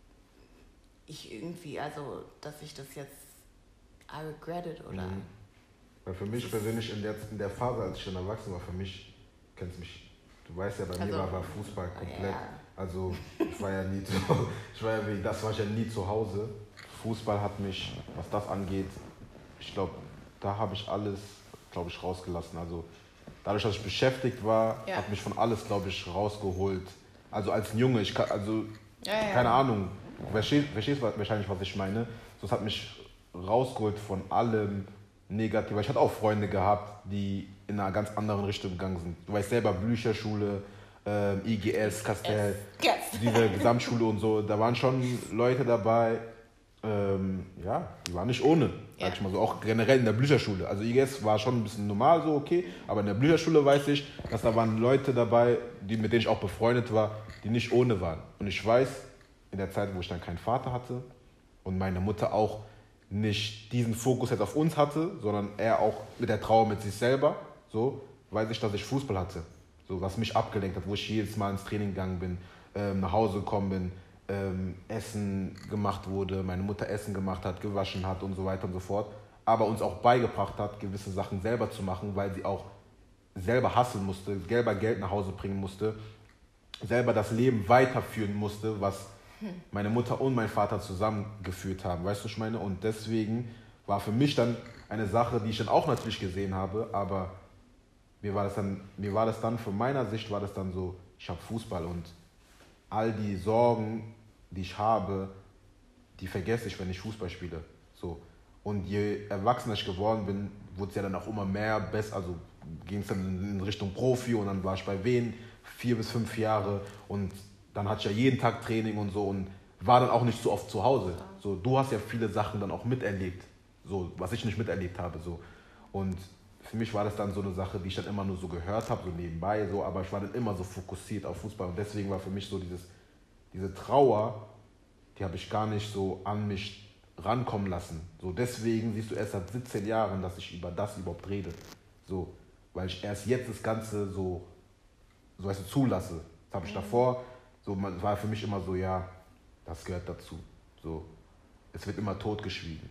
dass ich das jetzt I regret it oder Weil für mich persönlich in der Phase, als ich dann erwachsen war, für mich, kennst mich, du weißt ja, bei mir war Fußball komplett. Ja. Also das war ich ja nie zu Hause. Fußball hat mich, was das angeht, ich glaube, da habe ich alles, glaube ich, rausgelassen. Also dadurch, dass ich beschäftigt war, hat mich von alles, glaube ich, rausgeholt. Also als Junge, keine Ahnung, verstehst wahrscheinlich, was ich meine. So, es hat mich rausgeholt von allem Negativ. Ich hatte auch Freunde gehabt, die in einer ganz anderen Richtung gegangen sind. Du weißt selber, Blücherschule, IGS, Castell, diese Gesamtschule und so. Da waren schon Leute dabei, die waren nicht ohne, sag ich mal so. Auch generell in der Blücherschule. Also IGS war schon ein bisschen normal so, okay. Aber in der Blücherschule weiß ich, dass da waren Leute dabei, mit denen ich auch befreundet war, die nicht ohne waren. Und ich weiß, in der Zeit, wo ich dann keinen Vater hatte und meine Mutter auch nicht diesen Fokus jetzt auf uns hatte, sondern eher auch mit der Trauer mit sich selber, so, weiß ich, dass ich Fußball hatte, so, was mich abgelenkt hat, wo ich jedes Mal ins Training gegangen bin, nach Hause gekommen bin, Essen gemacht wurde, meine Mutter Essen gemacht hat, gewaschen hat und so weiter und so fort, aber uns auch beigebracht hat, gewisse Sachen selber zu machen, weil sie auch selber hustlen musste, selber Geld nach Hause bringen musste, selber das Leben weiterführen musste, was meine Mutter und mein Vater zusammengeführt haben, weißt du, was ich meine? Und deswegen war für mich dann eine Sache, die ich dann auch natürlich gesehen habe, aber mir war das dann, von meiner Sicht war das dann so, ich habe Fußball und all die Sorgen, die ich habe, die vergesse ich, wenn ich Fußball spiele. So. Und je erwachsener ich geworden bin, wurde es ja dann auch immer mehr besser, also ging es dann in Richtung Profi und dann war ich bei Wien 4 bis 5 Jahre und dann hatte ich ja jeden Tag Training und so und war dann auch nicht so oft zu Hause. So, du hast ja viele Sachen dann auch miterlebt, so, was ich nicht miterlebt habe. So. Und für mich war das dann so eine Sache, die ich dann immer nur so gehört habe, so nebenbei, so, aber ich war dann immer so fokussiert auf Fußball. Und deswegen war für mich so diese Trauer, die habe ich gar nicht so an mich rankommen lassen. So, deswegen siehst du erst seit 17 Jahren, dass ich über das überhaupt rede. So, weil ich erst jetzt das Ganze so weißt du, zulasse. Das habe ich davor. So, man war für mich immer so, ja, das gehört dazu. So, es wird immer totgeschwiegen.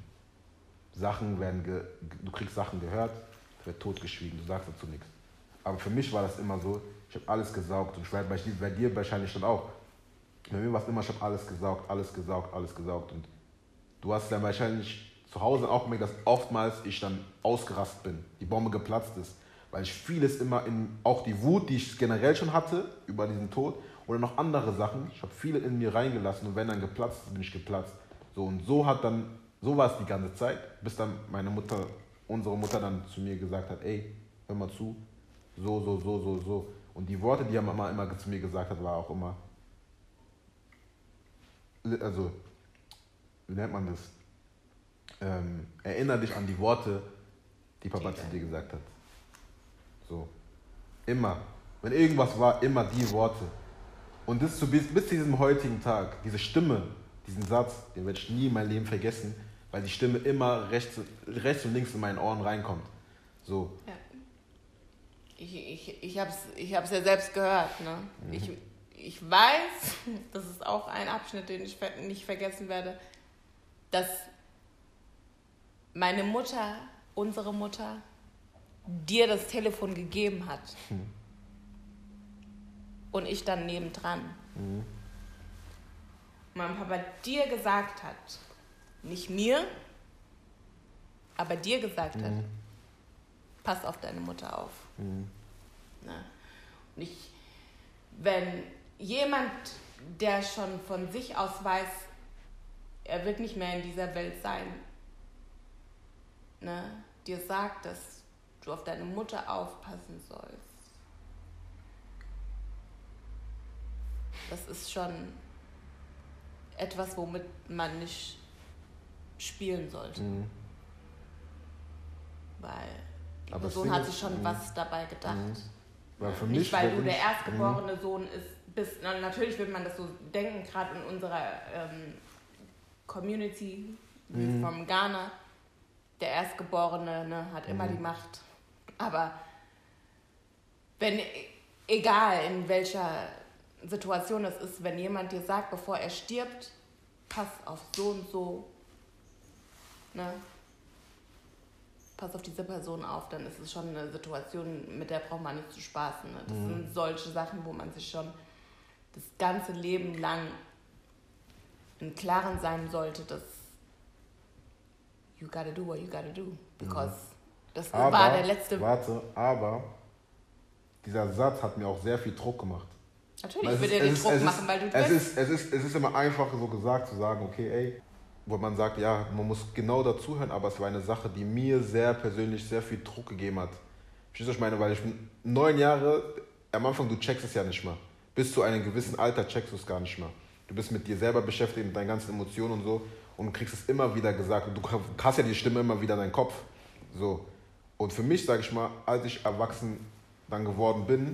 Du kriegst Sachen gehört, es wird totgeschwiegen, du sagst dazu nichts. Aber für mich war das immer so, ich habe alles gesaugt und ich weiß, bei dir wahrscheinlich dann auch. Bei mir war es immer, ich habe alles gesaugt und du hast dann wahrscheinlich zu Hause auch gemerkt, dass oftmals ich dann ausgerastet bin, die Bombe geplatzt ist, weil ich vieles immer auch die Wut, die ich generell schon hatte über diesen Tod, oder noch andere Sachen. Ich habe viele in mir reingelassen und wenn dann geplatzt ist, bin ich geplatzt. So, und so war es die ganze Zeit, bis dann unsere Mutter dann zu mir gesagt hat, ey, hör mal zu, so. Und die Worte, die Mama immer zu mir gesagt hat, war auch immer, also, wie nennt man das? Erinnere dich an die Worte, die Papa zu dir gesagt hat. So, immer. Wenn irgendwas war, immer die Worte. Und das bis zu diesem heutigen Tag, diese Stimme, diesen Satz, den werde ich nie in meinem Leben vergessen, weil die Stimme immer rechts und links in meinen Ohren reinkommt. So. Ja. Ich hab's ja selbst gehört. Ne? Mhm. Ich weiß, das ist auch ein Abschnitt, den ich nicht vergessen werde, dass meine Mutter, unsere Mutter, dir das Telefon gegeben hat. Mhm. Und ich dann nebendran. Mhm. Mein Papa dir gesagt hat, nicht mir, aber dir gesagt hat, pass auf deine Mutter auf. Mhm. Na? Und wenn jemand, der schon von sich aus weiß, er wird nicht mehr in dieser Welt sein, ne, dir sagt, dass du auf deine Mutter aufpassen sollst, das ist schon etwas, womit man nicht spielen sollte. Mhm. Weil die Person hat sich schon was dabei gedacht. Weil nicht, weil du der erstgeborene Sohn bist. Natürlich wird man das so denken, gerade in unserer Community, wie vom Ghana. Der Erstgeborene hat immer die Macht. Aber egal in welcher Situation es ist, wenn jemand dir sagt, bevor er stirbt, pass auf so und so, ne? pass auf diese Person auf, dann ist es schon eine Situation, mit der braucht man nicht zu spaßen. Ne? Das sind solche Sachen, wo man sich schon das ganze Leben lang im Klaren sein sollte, dass you gotta do what you gotta do. Because das war der letzte... Aber dieser Satz hat mir auch sehr viel Druck gemacht. Natürlich wird er den Druck machen, weil du es ist immer einfacher so gesagt zu sagen, okay, ey, wo man sagt, ja, man muss genau dazuhören, aber es war eine Sache, die mir sehr persönlich sehr viel Druck gegeben hat. Verstehst du, was ich meine? Weil ich bin 9 Jahre, am Anfang, du checkst es ja nicht mal. Bis zu einem gewissen Alter checkst du es gar nicht mehr. Du bist mit dir selber beschäftigt, mit deinen ganzen Emotionen und so und kriegst es immer wieder gesagt. Und du hast ja die Stimme immer wieder in deinem Kopf. So. Und für mich, sag ich mal, als ich erwachsen dann geworden bin,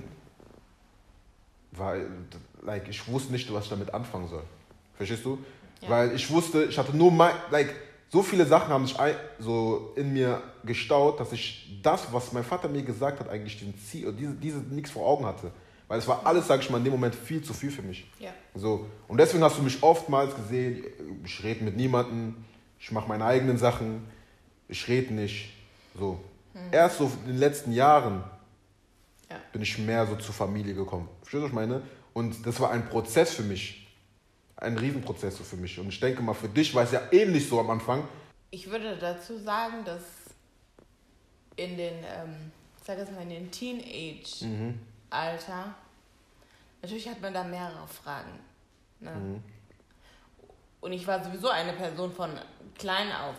war, ich wusste nicht, was ich damit anfangen soll. Verstehst du? Ja. Weil ich wusste, ich hatte nur so viele Sachen haben sich so in mir gestaut, dass ich das, was mein Vater mir gesagt hat, eigentlich den Ziel, diese nichts vor Augen hatte. Weil es war alles, sag ich mal, in dem Moment viel zu viel für mich. Ja. So. Und deswegen hast du mich oftmals gesehen, ich rede mit niemandem, ich mache meine eigenen Sachen, ich rede nicht. So. Erst so in den letzten Jahren bin ich mehr so zur Familie gekommen. Verstehst du, was ich meine? Und das war ein Prozess für mich. Ein Riesenprozess so für mich. Und ich denke mal, für dich war es ja ähnlich so am Anfang. Ich würde dazu sagen, dass in den, in den Teenage-Alter, natürlich hat man da mehrere Fragen. Ne? Und ich war sowieso eine Person von klein auf.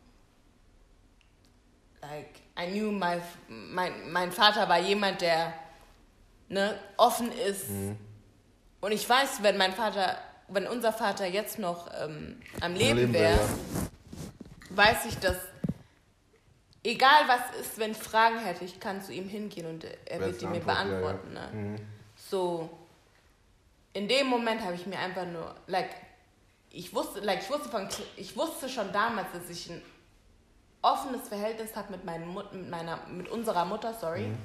I knew mein Vater war jemand, der offen ist. Und ich weiß, wenn unser Vater jetzt noch am Leben wäre, weiß ich, dass egal was ist, wenn ich Fragen hätte, ich kann zu ihm hingehen und er wird die mir beantworten. Ja. Ne? So, in dem Moment habe ich mir einfach nur, ich wusste schon damals, dass ich ein offenes Verhältnis habe mit unserer Mutter,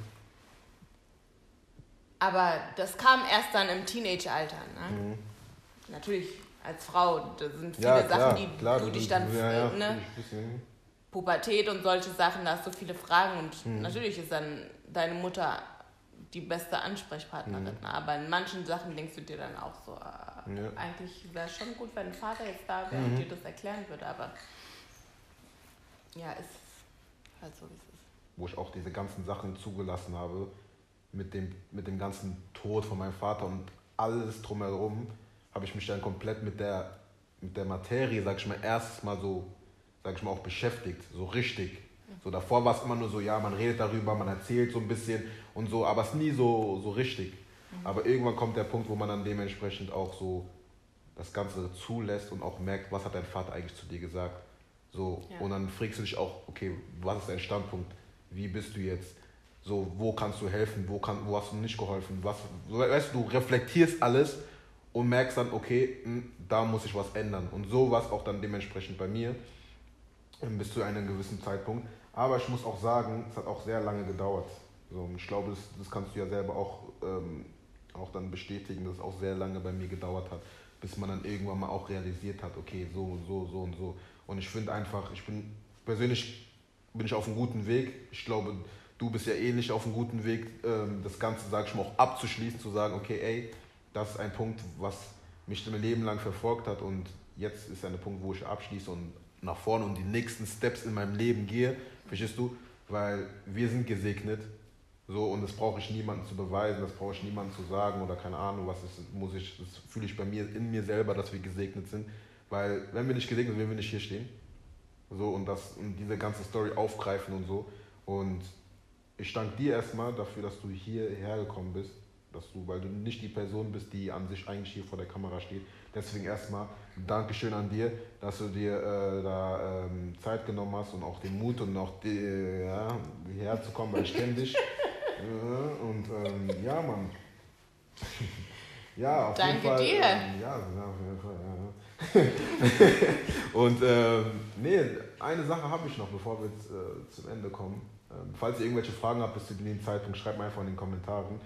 Aber das kam erst dann im Teenage-Alter. Ne? Natürlich, als Frau, da sind viele Sachen, die du dich dann... Pubertät und solche Sachen, da hast du viele Fragen. Und natürlich ist dann deine Mutter die beste Ansprechpartnerin. Aber in manchen Sachen denkst du dir dann auch so, eigentlich wäre es schon gut, wenn ein Vater jetzt da wäre und dir das erklären würde. Aber ja, ist halt so, wie es ist. Wo ich auch diese ganzen Sachen zugelassen habe, mit dem ganzen Tod von meinem Vater und alles drumherum, habe ich mich dann komplett mit der Materie, sag ich mal, erst mal so, sag ich mal, auch beschäftigt, so richtig. So davor war es immer nur so, ja, man redet darüber, man erzählt so ein bisschen und so, aber es ist nie so richtig. Aber irgendwann kommt der Punkt, wo man dann dementsprechend auch so das Ganze zulässt und auch merkt, was hat dein Vater eigentlich zu dir gesagt. So, und dann fragst du dich auch, okay, was ist dein Standpunkt? Wie bist du jetzt? So, wo kannst du helfen? Wo hast du nicht geholfen? Weißt du, reflektierst alles und merkst dann, okay, da muss ich was ändern. Und so war es auch dann dementsprechend bei mir bis zu einem gewissen Zeitpunkt. Aber ich muss auch sagen, es hat auch sehr lange gedauert. So, und ich glaube, das kannst du ja selber auch dann bestätigen, dass es auch sehr lange bei mir gedauert hat, bis man dann irgendwann mal auch realisiert hat, okay, so und so. Und ich finde einfach, persönlich bin ich auf einem guten Weg. Ich glaube, du bist ja ähnlich auf einem guten Weg, das Ganze, sag ich mal, auch abzuschließen, zu sagen, okay, ey, das ist ein Punkt, was mich mein Leben lang verfolgt hat und jetzt ist ein Punkt, wo ich abschließe und nach vorne und die nächsten Steps in meinem Leben gehe, verstehst du? Weil wir sind gesegnet, so, und das brauche ich niemandem zu beweisen, das brauche ich niemandem zu sagen oder keine Ahnung, das fühle ich in mir selber, dass wir gesegnet sind, weil wenn wir nicht gesegnet sind, würden wir nicht hier stehen. So, und diese ganze Story aufgreifen und so. Und ich danke dir erstmal dafür, dass du hierher gekommen bist, weil du nicht die Person bist, die an sich eigentlich hier vor der Kamera steht. Deswegen erstmal Dankeschön an dir, dass du dir Zeit genommen hast und auch den Mut und auch hierher zu kommen, weil ich kenne dich. Ja, Mann. Ja, auf jeden Fall. Danke dir. Auf jeden Fall. Und eine Sache habe ich noch, bevor wir jetzt zum Ende kommen. Falls ihr irgendwelche Fragen habt bis zu dem Zeitpunkt, schreibt mir einfach in den Kommentaren.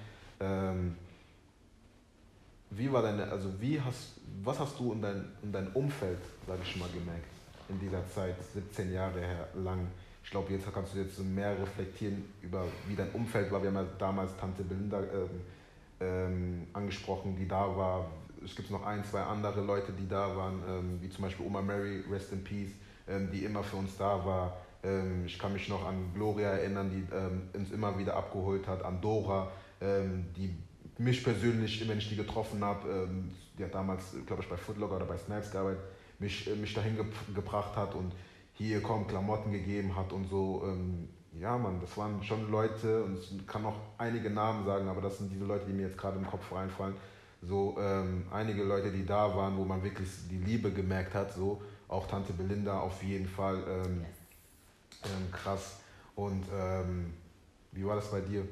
Was hast du in dein Umfeld, sage ich mal, gemerkt in dieser Zeit, 17 Jahre lang? Ich glaube, jetzt kannst du jetzt so mehr reflektieren über, wie dein Umfeld war. Wir haben ja damals Tante Belinda angesprochen, die da war. Es gibt noch 1, 2 andere Leute, die da waren, wie zum Beispiel Oma Mary, Rest in Peace, die immer für uns da war. Ich kann mich noch an Gloria erinnern, die uns immer wieder abgeholt hat, an Dora, die mich persönlich, wenn ich die getroffen habe, die hat damals, glaube ich, bei Foot Locker oder bei Snipes gearbeitet, mich dahin gebracht hat und hier Klamotten gegeben hat und so. Ja, Mann, das waren schon Leute, und ich kann noch einige Namen sagen, aber das sind diese Leute, die mir jetzt gerade im Kopf reinfallen. So einige Leute, die da waren, wo man wirklich die Liebe gemerkt hat, so auch Tante Belinda auf jeden Fall krass. Und wie war das bei dir?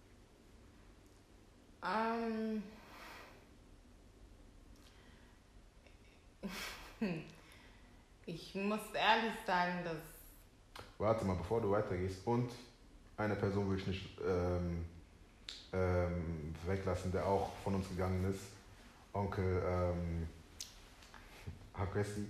Ich muss ehrlich sagen, dass... Warte mal, bevor du weitergehst. Und eine Person will ich nicht weglassen, der auch von uns gegangen ist. Onkel Hakresi.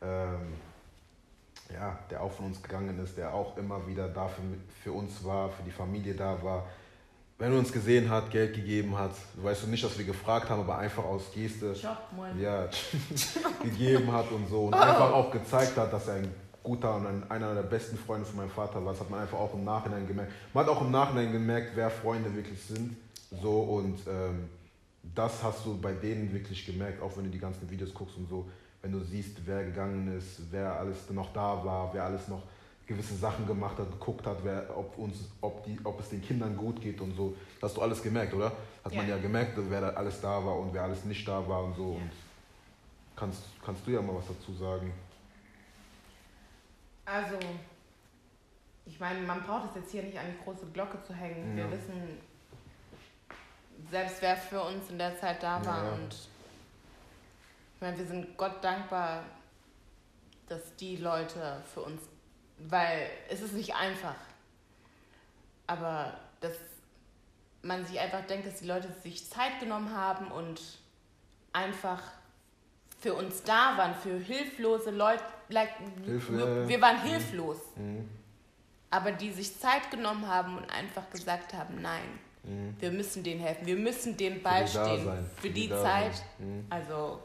Ja, der auch von uns gegangen ist, der auch immer wieder da für uns war, für die Familie da war. Wenn er uns gesehen hat, Geld gegeben hat, weißt du nicht, dass wir gefragt haben, aber einfach aus Geste gegeben hat und so. Und einfach auch gezeigt hat, dass er ein guter und einer der besten Freunde von meinem Vater war. Das hat man einfach auch im Nachhinein gemerkt. Man hat auch im Nachhinein gemerkt, wer Freunde wirklich sind. So, und das hast du bei denen wirklich gemerkt, auch wenn du die ganzen Videos guckst und so. Wenn du siehst, wer gegangen ist, wer alles noch da war, wer alles noch gewisse Sachen gemacht hat, geguckt hat, ob es den Kindern gut geht und so. Das hast du alles gemerkt, oder? Hat man ja gemerkt, wer da alles da war und wer alles nicht da war und so. Ja. Und kannst du ja mal was dazu sagen? Also, ich meine, man braucht es jetzt hier nicht an die große Glocke zu hängen. Ja. Wir wissen selbst, wer für uns in der Zeit da war. Ja. Und ich meine, wir sind Gott dankbar, dass die Leute für uns, weil es ist nicht einfach, aber dass man sich einfach denkt, dass die Leute sich Zeit genommen haben und einfach für uns da waren, für hilflose Leute, wir waren hilflos, aber die sich Zeit genommen haben und einfach gesagt haben, nein, wir müssen denen helfen, wir müssen denen beistehen für die Zeit, also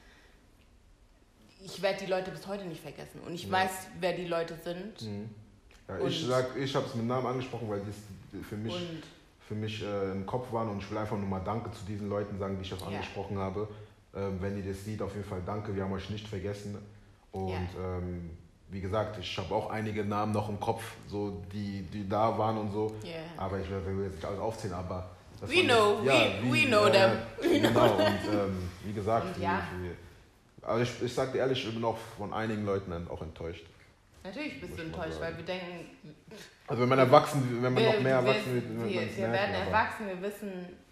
ich werde die Leute bis heute nicht vergessen und ich weiß, wer die Leute sind. Ja, ich habe es mit Namen angesprochen, weil die für mich im Kopf waren und ich will einfach nur mal Danke zu diesen Leuten sagen, die ich auch angesprochen habe. Wenn ihr das seht, auf jeden Fall danke, wir haben euch nicht vergessen. Und wie gesagt, ich habe auch einige Namen noch im Kopf, so die da waren und so. Yeah. Aber ich will jetzt nicht alles aufzählen, aber... We know them. Genau, und wie gesagt... Also ich sag dir ehrlich, ich bin auch von einigen Leuten auch enttäuscht. Natürlich bist du enttäuscht, weil wir denken... Also wenn man noch mehr erwachsen wird... Wir werden erwachsen, wir wissen,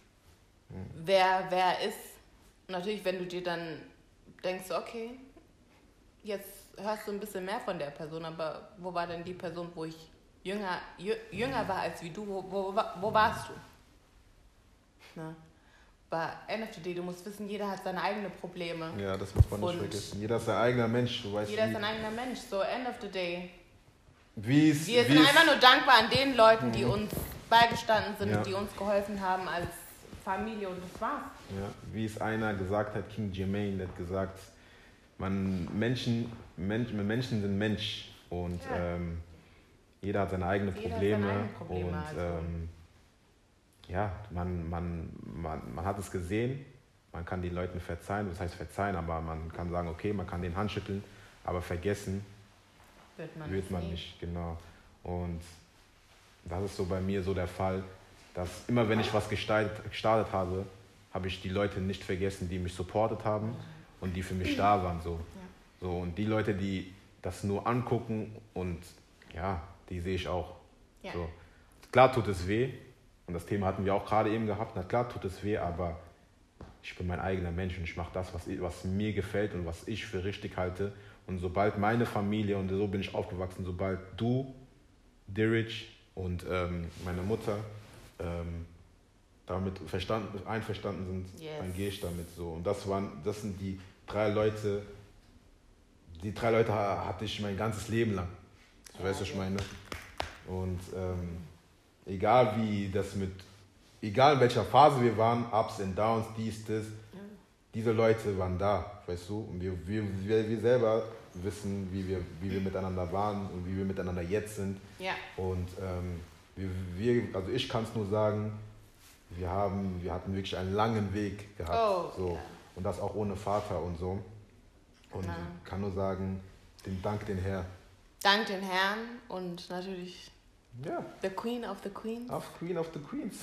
wer ist. Natürlich, wenn du dir dann denkst, okay, jetzt hörst du ein bisschen mehr von der Person, aber wo war denn die Person, wo ich jünger war als wie du? Wo warst du? Na? Aber end of the day, du musst wissen, jeder hat seine eigenen Probleme. Ja, das muss man nicht vergessen. Jeder ist sein eigener Mensch. Du weißt, jeder ist ein eigener Mensch. So, end of the day. Wir sind einfach nur dankbar an den Leuten, die uns beigestanden sind, die uns geholfen haben als Familie und das war's. Ja, wie es einer gesagt hat, King Jermaine, der hat gesagt, Menschen sind Mensch und jeder hat seine eigenen Probleme. Und ja, man hat es gesehen, man kann den Leuten verzeihen, das heißt verzeihen, aber man kann sagen, okay, man kann den Hand schütteln, aber vergessen wird man nicht, genau. Und das ist so bei mir so der Fall, dass immer wenn ich was gestartet habe, habe ich die Leute nicht vergessen, die mich supportet haben und die für mich da waren. So, und die Leute, die das nur angucken und ja, die sehe ich auch. Ja. So. Klar tut es weh. Und das Thema hatten wir auch gerade eben gehabt. Na klar tut es weh, aber ich bin mein eigener Mensch und ich mache das, was mir gefällt und was ich für richtig halte. Und sobald meine Familie, und so bin ich aufgewachsen, sobald du, Dirich und meine Mutter damit einverstanden sind, dann gehe ich damit so. Und das sind die 3 Leute, hatte ich mein ganzes Leben lang. So weißt du, was ich meine? Und egal in welcher Phase wir waren, Ups and Downs, das, diese Leute waren da, weißt du? Und wir selber wissen, wie wir miteinander waren und wie wir miteinander jetzt sind. Ja. Und also ich kann es nur sagen, wir hatten wirklich einen langen Weg gehabt. Und das auch ohne Vater und so. Und ich kann nur sagen, Dank den Herrn. Dank den Herrn und natürlich the Queen of the Queens. Queen of the Queens.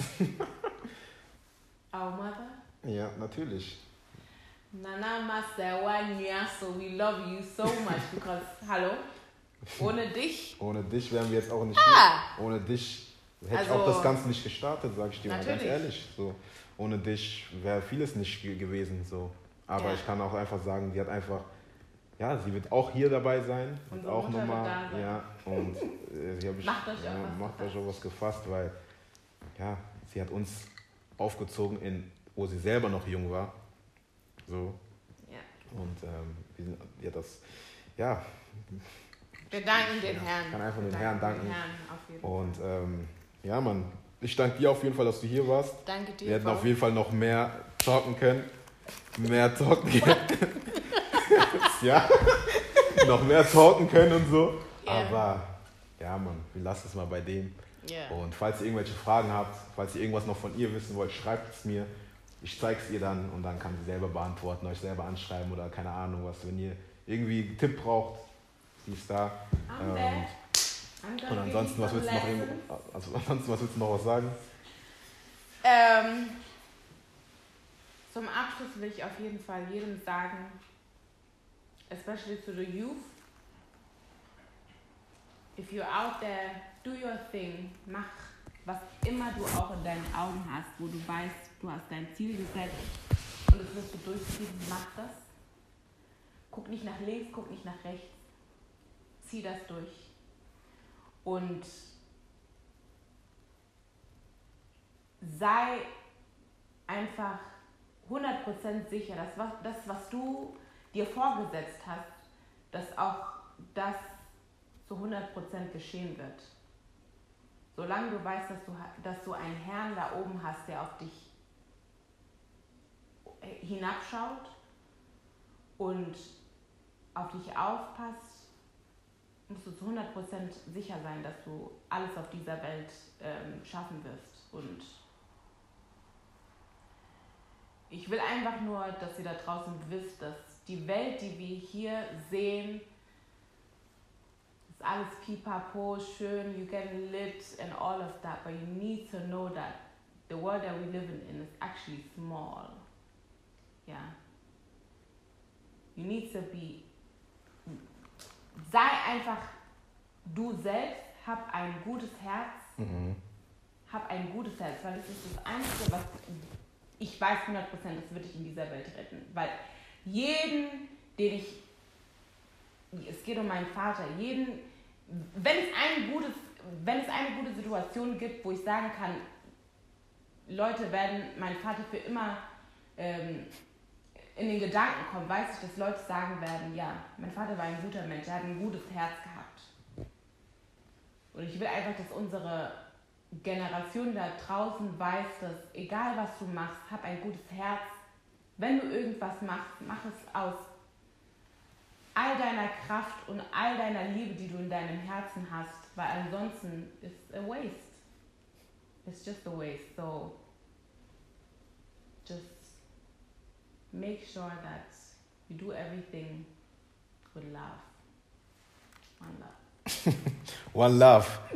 Our Mother. Ja, natürlich. Nana Masewa Nyaso, we love you so much because, hallo, ohne dich wären wir jetzt auch nicht hier. Ohne dich hätte ich auch das Ganze nicht gestartet, sag ich dir mal ganz ehrlich. So, ohne dich wäre vieles nicht gewesen. So. Aber ich kann auch einfach sagen, sie hat einfach, sie wird auch hier dabei sein. Und auch nochmal, und macht euch auch was gefasst, weil, sie hat uns aufgezogen, wo sie selber noch jung war. So. Ja. Und wir danken den Herrn. Ich kann einfach den Herrn danken. Und Mann, ich danke dir auf jeden Fall, dass du hier warst. Danke dir. Wir hätten auf jeden Fall noch mehr talken können. Noch mehr talken können und so. Yeah. Aber Mann, wir lassen es mal bei dem. Yeah. Und falls ihr irgendwelche Fragen habt, falls ihr irgendwas noch von ihr wissen wollt, schreibt es mir. Ich zeige es ihr dann und dann kann sie selber beantworten, euch selber anschreiben oder keine Ahnung was. Wenn ihr irgendwie einen Tipp braucht, sie ist da. Und ansonsten, was willst du noch was sagen? Zum Abschluss will ich auf jeden Fall jedem sagen, especially to the youth, if you're out there, do your thing, mach was immer du auch in deinen Augen hast, wo du weißt, du hast dein Ziel gesetzt und das wirst du durchziehen, mach das. Guck nicht nach links, guck nicht nach rechts, zieh das durch. Und sei einfach 100% sicher, dass das, was du dir vorgesetzt hast, dass auch das zu 100% geschehen wird. Solange du weißt, dass du einen Herrn da oben hast, der auf dich hinabschaut und auf dich aufpasst, musst du zu 100% sicher sein, dass du alles auf dieser Welt schaffen wirst. Und ich will einfach nur, dass ihr da draußen wisst, dass die Welt, die wir hier sehen, ist alles pipapo, schön, you get lit and all of that, but you need to know that the world that we live in is actually small. Yeah. You need to be, sei einfach du selbst, hab ein gutes Herz, hab ein gutes Herz, weil das ist das Einzige, was ich weiß 100%, das wird dich in dieser Welt retten, weil jeden, es geht um meinen Vater, wenn es eine gute Situation gibt, wo ich sagen kann, Leute werden meinen Vater für immer in den Gedanken kommen, weiß ich, dass Leute sagen werden, ja, mein Vater war ein guter Mensch, er hat ein gutes Herz gehabt. Und ich will einfach, dass unsere Generation da draußen weiß, dass egal was du machst, hab ein gutes Herz. Wenn du irgendwas machst, mach es aus all deiner Kraft und all deiner Liebe, die du in deinem Herzen hast, weil ansonsten ist es a waste. It's just a waste. So just make sure that you do everything with love. One love. One love.